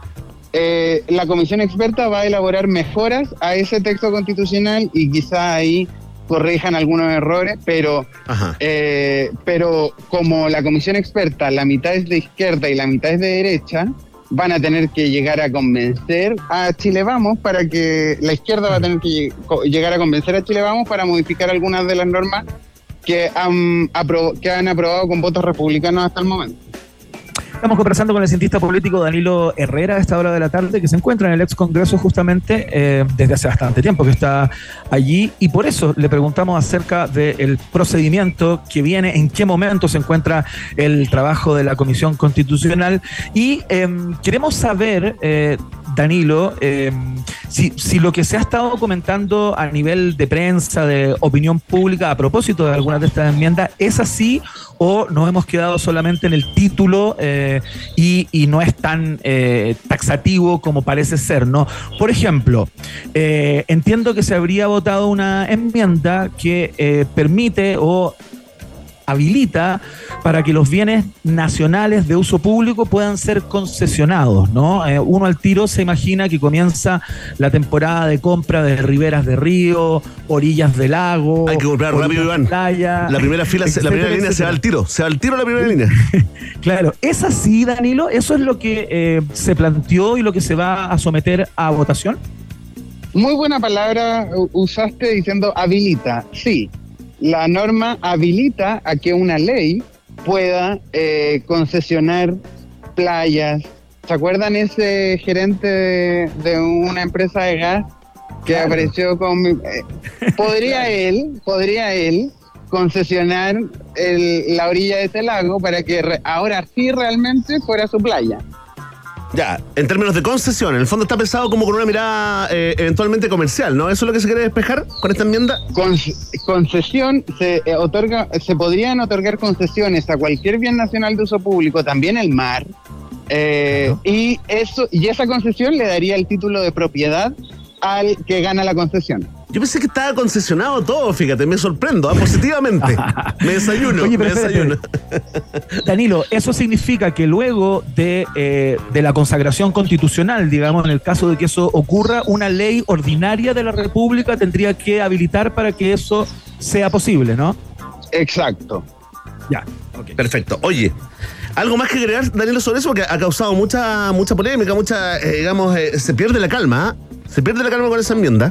S11: Eh, la comisión experta va a elaborar mejoras a ese texto constitucional y quizá ahí corrijan algunos errores, pero eh, pero como la comisión experta, la mitad es de izquierda y la mitad es de derecha, van a tener que llegar a convencer a Chile Vamos para que la izquierda va a tener que llegar a convencer a Chile Vamos para modificar algunas de las normas que han, apro- que han aprobado con votos republicanos hasta el momento.
S5: Estamos conversando con el cientista político Danilo Herrera a esta hora de la tarde, que se encuentra en el ex Congreso justamente eh, desde hace bastante tiempo que está allí, y por eso le preguntamos acerca del procedimiento que viene, en qué momento se encuentra el trabajo de la Comisión Constitucional, y eh, queremos saber, eh, Danilo, eh, si, si lo que se ha estado comentando a nivel de prensa, de opinión pública, a propósito de algunas de estas enmiendas, ¿es así o nos hemos quedado solamente en el título eh, y, y no es tan eh, taxativo como parece ser, ¿no? Por ejemplo, eh, entiendo que se habría votado una enmienda que eh, permite o habilita para que los bienes nacionales de uso público puedan ser concesionados, ¿no? Eh, uno al tiro se imagina que comienza la temporada de compra de riberas de río, orillas de lago.
S4: Hay que comprar rápido, Iván.
S5: Playa,
S4: la primera fila, etcétera, la primera línea etcétera. Se va al tiro, se va al tiro la primera línea.
S5: Claro, ¿es así, Danilo? ¿Eso es lo que eh, se planteó y lo que se va a someter a votación?
S11: Muy buena palabra usaste diciendo habilita, sí. La norma habilita a que una ley pueda eh, concesionar playas. ¿Se acuerdan ese gerente de, de una empresa de gas que claro. apareció con... Eh, ¿Podría él, podría él concesionar el, la orilla de ese lago para que re, ahora sí realmente fuera su playa?
S4: Ya, en términos de concesión, en el fondo está pensado como con una mirada eh, eventualmente comercial, ¿no? ¿Eso es lo que se quiere despejar con esta enmienda?
S11: Con, concesión, se eh, otorga, se podrían otorgar concesiones a cualquier bien nacional de uso público, también el mar, eh, claro. y eso y esa concesión le daría el título de propiedad al que gana la concesión.
S4: Yo pensé que estaba concesionado todo, fíjate, me sorprendo, ¿eh? Positivamente. Me desayuno,
S5: Oye,
S4: me desayuno.
S5: Danilo, eso significa que luego de, eh, de la consagración constitucional, digamos, en el caso de que eso ocurra, una ley ordinaria de la República tendría que habilitar para que eso sea posible, ¿no?
S11: Exacto.
S5: Ya, okay.
S4: Perfecto. Oye, ¿algo más que agregar, Danilo, sobre eso? Porque ha causado mucha mucha polémica, mucha, eh, digamos, eh, se pierde la calma, ¿eh? Se pierde la calma con esa enmienda.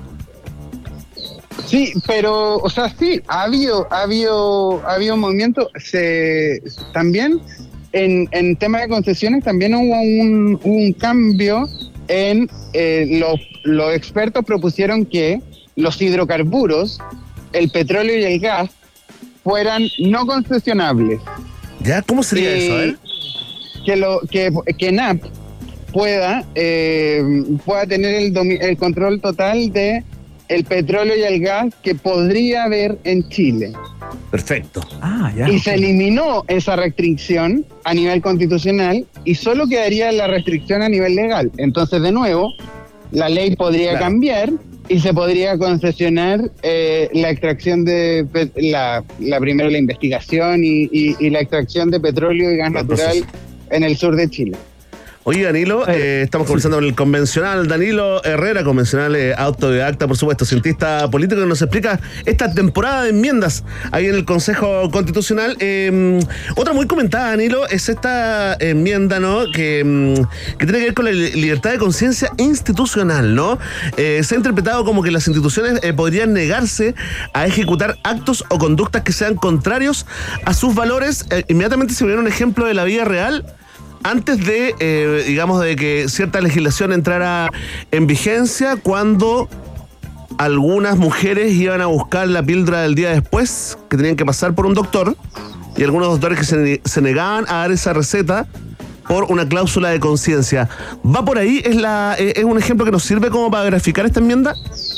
S11: Sí, pero, o sea, sí, ha habido, ha habido, ha habido movimiento. Se, también en, en tema de concesiones también hubo un, un cambio en eh, los, los expertos propusieron que los hidrocarburos, el petróleo y el gas fueran no concesionables.
S4: ¿Ya? ¿Cómo sería eh, eso? ¿eh?
S11: Que lo que que ENAP pueda eh, pueda tener el, domi- el control total de el petróleo y el gas que podría haber en Chile.
S4: Perfecto.
S5: Ah, ya.
S11: Y se eliminó esa restricción a nivel constitucional y solo quedaría la restricción a nivel legal. Entonces, de nuevo, la ley podría claro. cambiar y se podría concesionar eh, la extracción de la, la primero la investigación y, y, y la extracción de petróleo y gas natural en el sur de Chile.
S4: Oye, Danilo, eh, estamos conversando sí. con el convencional Danilo Herrera, convencional eh, autodidacta, por supuesto, cientista político, que nos explica esta temporada de enmiendas ahí en el Consejo Constitucional. Eh, otra muy comentada, Danilo, es esta enmienda, ¿no? Que, que tiene que ver con la libertad de conciencia institucional, ¿no? Eh, se ha interpretado como que las instituciones eh, podrían negarse a ejecutar actos o conductas que sean contrarios a sus valores. Eh, inmediatamente se me viene un ejemplo de la vida real. Antes de, eh, digamos, de que cierta legislación entrara en vigencia, cuando algunas mujeres iban a buscar la píldora del día después, que tenían que pasar por un doctor, y algunos doctores que se, se negaban a dar esa receta por una cláusula de conciencia. ¿Va por ahí? ¿Es, la, ¿Es un ejemplo que nos sirve como para graficar esta enmienda?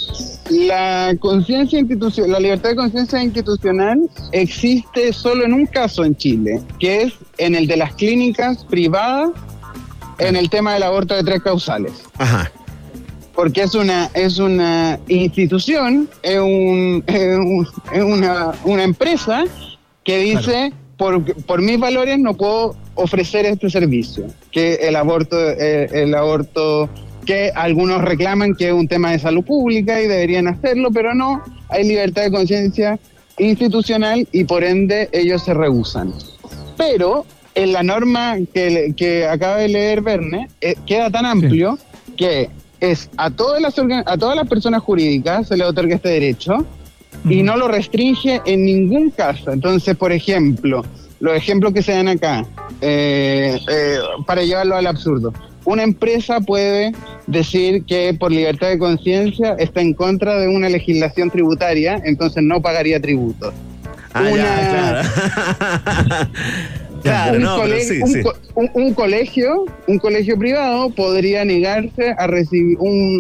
S11: La conciencia institucional, la libertad de conciencia institucional existe solo en un caso en Chile, que es en el de las clínicas privadas, en el tema del aborto de tres causales.
S4: Ajá.
S11: Porque es una es una institución, es, un, es, un, es una, una empresa que dice, claro. por, por mis valores no puedo ofrecer este servicio, que el aborto, el, el aborto que algunos reclaman que es un tema de salud pública y deberían hacerlo, pero no, hay libertad de conciencia institucional y por ende ellos se rehúsan. Pero en la norma que, que acaba de leer Verne, eh, queda tan amplio sí. que es a todas las organ- a todas las personas jurídicas se les otorga este derecho uh-huh. y no lo restringe en ningún caso. Entonces, por ejemplo, los ejemplos que se dan acá, eh, eh, para llevarlo al absurdo, una empresa puede decir que por libertad de conciencia está en contra de una legislación tributaria, entonces no pagaría tributos.
S4: Ah, una, ya, claro. claro
S11: un,
S4: no,
S11: colegio,
S4: sí,
S11: un,
S4: sí.
S11: Un, un colegio, un colegio privado podría negarse a recibir un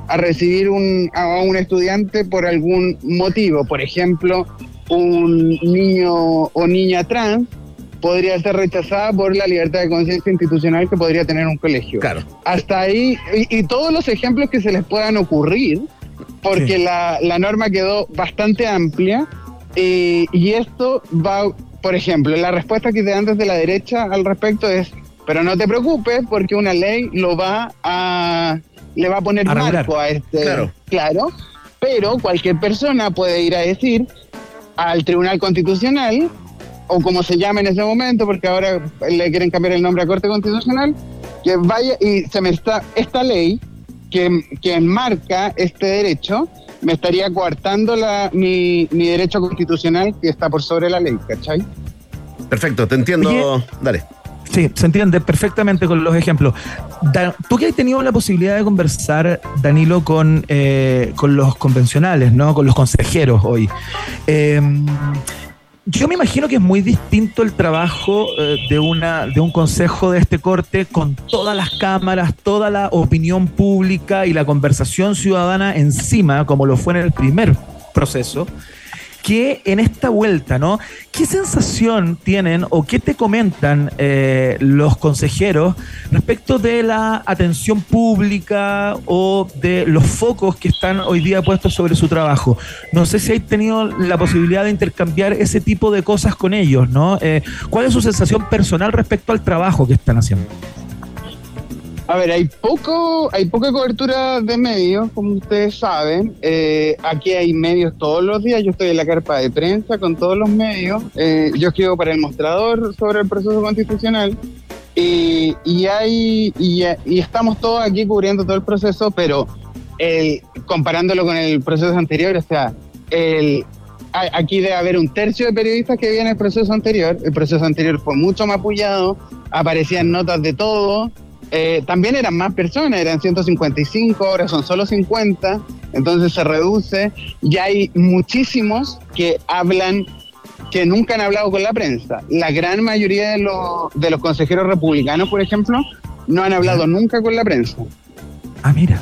S11: a recibir un, a un estudiante por algún motivo. Por ejemplo, un niño o niña trans podría ser rechazada por la libertad de conciencia institucional que podría tener un colegio.
S4: Claro.
S11: Hasta ahí, y, y todos los ejemplos que se les puedan ocurrir, porque sí. la, la norma quedó bastante amplia, eh, y esto va, por ejemplo, la respuesta que te dan desde la derecha al respecto es, pero no te preocupes porque una ley lo va a, le va a poner a marco a este,
S4: claro.
S11: claro, pero cualquier persona puede ir a decir al Tribunal Constitucional, o como se llama en ese momento, porque ahora le quieren cambiar el nombre a Corte Constitucional, que vaya y se me está, esta ley que, que enmarca este derecho, me estaría coartando la, mi, mi derecho constitucional que está por sobre la ley, ¿cachai?
S4: Perfecto, te entiendo. Oye, dale.
S5: Sí, se entiende perfectamente con los ejemplos. Da, tú que has tenido la posibilidad de conversar, Danilo, con, eh, con los convencionales, ¿no? Con los consejeros hoy. Eh, Yo me imagino que es muy distinto el trabajo eh, de una de un consejo de este corte con todas las cámaras, toda la opinión pública y la conversación ciudadana encima, como lo fue en el primer proceso, que en esta vuelta, ¿no? ¿Qué sensación tienen o qué te comentan eh, los consejeros respecto de la atención pública o de los focos que están hoy día puestos sobre su trabajo? No sé si hay tenido la posibilidad de intercambiar ese tipo de cosas con ellos, ¿no? Eh, ¿Cuál es su sensación personal respecto al trabajo que están haciendo?
S11: A ver, hay poco, hay poca cobertura de medios, como ustedes saben. Eh, aquí hay medios todos los días. Yo estoy en la carpa de prensa con todos los medios. Eh, yo escribo para El Mostrador sobre el proceso constitucional. Y, y, hay, y, y estamos todos aquí cubriendo todo el proceso, pero el, comparándolo con el proceso anterior, o sea, el, aquí debe haber un tercio de periodistas que vienen el proceso anterior. El proceso anterior fue mucho más apoyado, aparecían notas de todo. Eh, también eran más personas, eran ciento cincuenta y cinco, ahora son solo cincuenta, entonces se reduce. Y hay muchísimos que hablan, que nunca han hablado con la prensa. La gran mayoría de los, de los consejeros republicanos, por ejemplo, no han hablado nunca con la prensa.
S5: Ah, mira.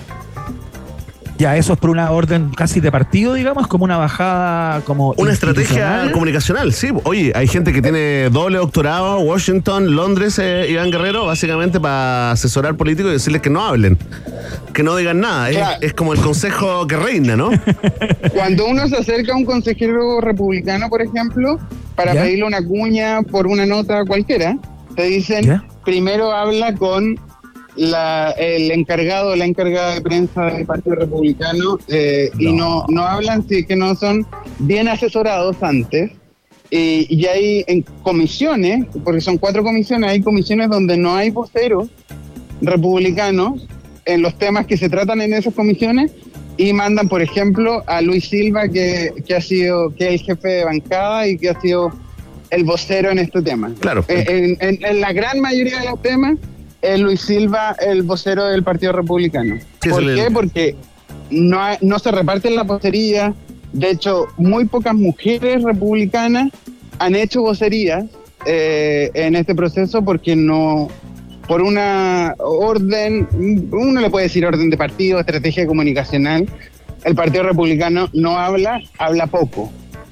S5: Ya, eso es por una orden casi de partido, digamos, como una bajada, como
S4: una estrategia comunicacional, sí. Oye, hay gente que tiene doble doctorado, Washington, Londres, eh, Iván Guerrero, básicamente para asesorar políticos y decirles que no hablen, que no digan nada. Claro. Es, es como el consejo que reina, ¿no?
S11: Cuando uno se acerca a un consejero republicano, por ejemplo, para ¿Ya? pedirle una cuña por una nota cualquiera, te dicen, ¿Ya? primero habla con La, el encargado, la encargada de prensa del Partido Republicano eh, no. y no, no hablan si que no son bien asesorados antes, eh, y hay en comisiones, porque son cuatro comisiones, hay comisiones donde no hay voceros republicanos en los temas que se tratan en esas comisiones, y mandan, por ejemplo, a Luis Silva, que, que ha sido, que es el jefe de bancada y que ha sido el vocero en este tema.
S4: Claro.
S11: Eh, en, en, en la gran mayoría de los temas es Luis Silva el vocero del Partido Republicano. Sí, ¿Por qué? Le... Porque no, hay, no se reparten la vocería. De hecho, muy pocas mujeres republicanas han hecho vocerías eh, en este proceso porque no, por una orden, uno le puede decir orden de partido, estrategia comunicacional, el Partido Republicano no habla, habla poco.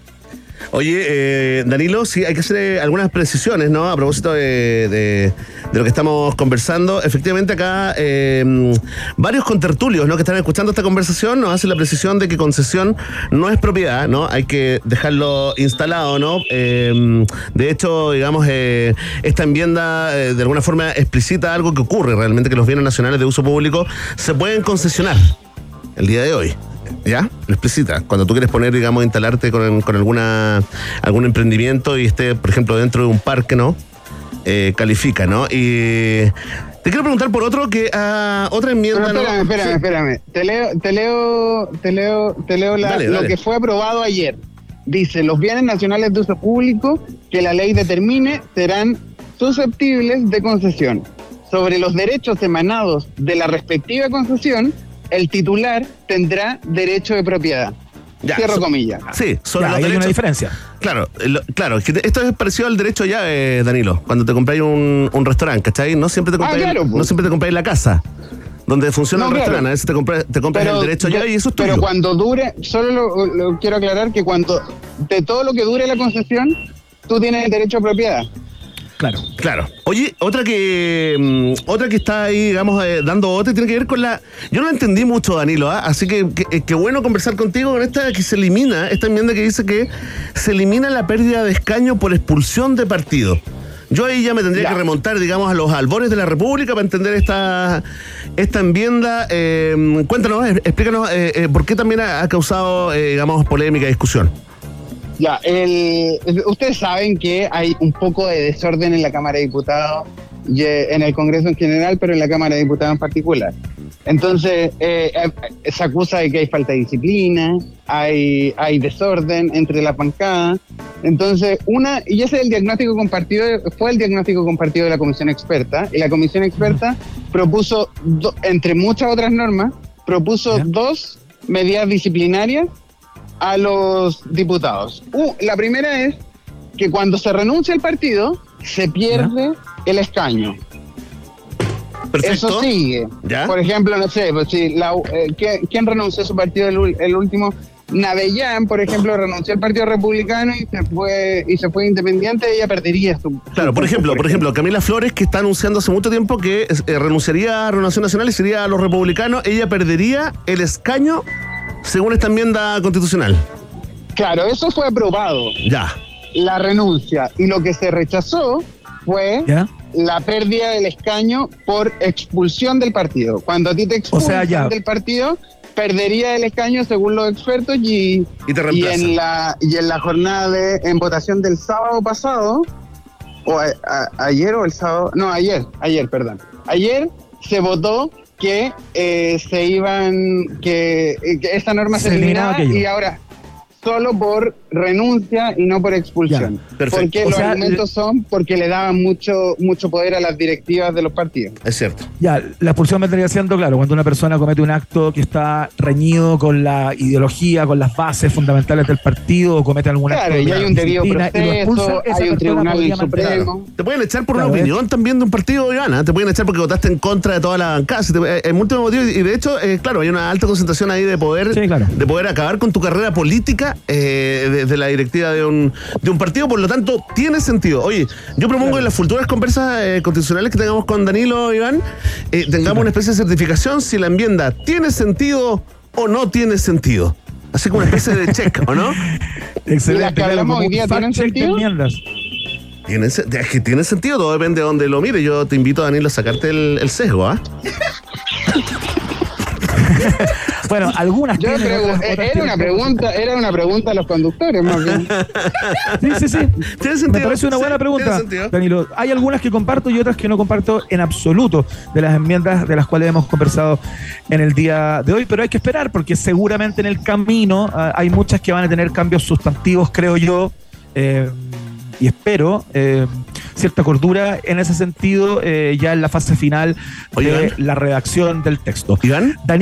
S4: Oye, eh, Danilo, sí, hay que hacer eh, algunas precisiones, ¿no? A propósito de, de, de lo que estamos conversando. Efectivamente, acá eh, varios contertulios, ¿no?, que están escuchando esta conversación nos hacen la precisión de que concesión no es propiedad, ¿no? Hay que dejarlo instalado, ¿no? Eh, de hecho, digamos, eh, esta enmienda eh, de alguna forma explicita algo que ocurre realmente, que los bienes nacionales de uso público se pueden concesionar el día de hoy. ¿Ya? Lo explicita. Cuando tú quieres poner, digamos, instalarte con, con alguna algún emprendimiento y esté, por ejemplo, dentro de un parque, ¿no? Eh, califica, ¿no? Y te quiero preguntar por otro que a uh, otra enmienda.
S11: Pero espérame,
S4: ¿no?
S11: espérame, sí. espérame. Te leo, te leo, te leo, te leo la, dale, lo dale. que fue aprobado ayer. Dice, los bienes nacionales de uso público que la ley determine serán susceptibles de concesión. Sobre los derechos emanados de la respectiva concesión, el titular tendrá derecho de propiedad. Ya, Cierro so, comillas.
S4: Sí, sobre
S5: ya,
S4: los
S5: hay
S4: derechos.
S5: Una diferencia.
S4: Claro, lo, claro. Esto es parecido al derecho ya, eh, Danilo. Cuando te compráis un, un restaurante, ¿cachai? No siempre te compráis, ah, claro, pues. no siempre te compráis la casa. donde funciona
S11: No,
S4: el
S11: claro.
S4: restaurante. A veces te compras, te compras
S11: Pero-
S4: el derecho allá y eso es tuyo.
S11: Pero cuando dure, solo lo, lo quiero aclarar que cuando de todo lo que dure la concesión, tú tienes el derecho a propiedad.
S5: Claro.
S4: Claro. Oye, otra que mm, otra que está ahí, digamos, eh, dando bote, tiene que ver con la... Yo no la entendí mucho, Danilo, ¿ah? Así que qué bueno conversar contigo con esta que se elimina, esta enmienda que dice que se elimina la pérdida de escaño por expulsión de partido. Yo ahí ya me tendría
S11: Ya.
S4: que remontar, digamos, a los albores de la República para entender esta, esta enmienda. Eh, cuéntanos, eh, explícanos eh, eh, por qué también ha, ha causado, eh, digamos, polémica y discusión.
S11: Ya, el, ustedes saben que hay un poco de desorden en la Cámara de Diputados, y, eh, en el Congreso en general, pero en la Cámara de Diputados en particular. Entonces, eh, eh, se acusa de que hay falta de disciplina, hay, hay desorden entre las bancadas. Entonces, una, y ese es el diagnóstico compartido, fue el diagnóstico compartido de la Comisión Experta, y la Comisión Experta propuso, do, entre muchas otras normas, propuso
S5: ¿Ya?
S11: dos medidas disciplinarias a los diputados. Uh, la primera es que cuando se renuncia al partido, se pierde el escaño.
S4: Perfecto.
S11: Eso sigue.
S4: ¿Ya?
S11: Por ejemplo, no sé, pues si la, eh, ¿quién, quién renunció a su partido el, ul- el último? Navellán, por ejemplo, renunció al Partido Republicano y se fue y se fue independiente, ella perdería su...
S4: Claro,
S11: su
S4: por
S11: puesto,
S4: ejemplo, por ejemplo, Camila Flores, que está anunciando hace mucho tiempo que eh, renunciaría a Renovación Nacional y sería a los republicanos, ella perdería el escaño según esta enmienda constitucional.
S11: Claro, eso fue aprobado,
S4: Ya.
S11: la renuncia, y lo que se rechazó fue
S5: ¿Ya?
S11: la pérdida del escaño por expulsión del partido. Cuando a ti te expulsan
S5: sea, ya.
S11: del partido, perdería el escaño según los expertos y,
S4: Y te
S11: y
S4: reemplazan.
S11: en la y en la jornada de en votación del sábado pasado o a- a- ayer o el sábado, no, ayer, ayer, perdón. Ayer se votó que eh, se iban que, eh, que esta norma se,
S5: Se eliminaba
S11: eliminaba
S5: aquello.
S11: y ahora solo por renuncia y no por expulsión.
S4: Ya, perfecto.
S11: Porque
S5: O
S11: los
S5: sea,
S11: argumentos son porque le daban mucho mucho poder a las directivas de los partidos.
S4: Es cierto.
S5: Ya, la expulsión vendría siendo, claro, cuando una persona comete un acto que está reñido con la ideología, con las bases fundamentales del partido, o comete algún acto
S11: Claro,
S5: de
S11: y hay un debido
S5: disciplina y lo expulsan,
S11: proceso,
S5: esa
S11: hay un
S5: persona
S11: tribunal
S5: podría mantener-
S11: supremo.
S4: Te pueden echar por
S5: Claro,
S4: una
S5: es-
S4: opinión también de un partido, Ivana. Te pueden echar porque votaste en contra de toda la bancada. Si te- eh, Es múltiples motivos. Y de hecho, eh, claro, hay una alta concentración ahí de poder,
S5: Sí, claro.
S4: de poder acabar con tu carrera política eh, desde la directiva de un, de un partido. Por lo tanto, tiene sentido. Oye, yo propongo en las futuras conversas eh, constitucionales que tengamos con Danilo, Iván, eh, tengamos una especie de certificación si la enmienda tiene sentido o no tiene sentido. Así como una especie de check, ¿o no?
S5: Excelente.
S11: ¿Y las que
S5: claro,
S11: hablamos
S5: como
S11: hoy
S5: un
S11: día
S5: fact
S11: tienen
S5: check de
S11: sentido?
S5: enmiendas.
S4: Tiene, se- es que tiene sentido, todo depende de donde lo mire. Yo te invito, Danilo, a sacarte el, el sesgo, ¿ah?
S5: Bueno, algunas
S11: Yo
S5: tienen,
S11: pregu-
S5: otras-
S11: eh,
S5: otras
S11: era
S5: tienen
S11: una
S5: otras.
S11: pregunta, era una pregunta a los conductores más bien.
S5: Sí, sí, sí.
S4: Tiene sentido.
S5: Me parece una
S4: Sí,
S5: buena
S4: tiene
S5: pregunta,
S4: sentido.
S5: Danilo. Hay algunas que comparto y otras que no comparto en absoluto de las enmiendas de las cuales hemos conversado en el día de hoy, pero hay que esperar porque seguramente en el camino ah, hay muchas que van a tener cambios sustantivos, creo yo, eh, y espero eh, cierta cordura en ese sentido eh, ya en la fase final
S4: Oye,
S5: de
S4: Iván.
S5: la redacción del texto.
S4: Iván.
S5: Danilo,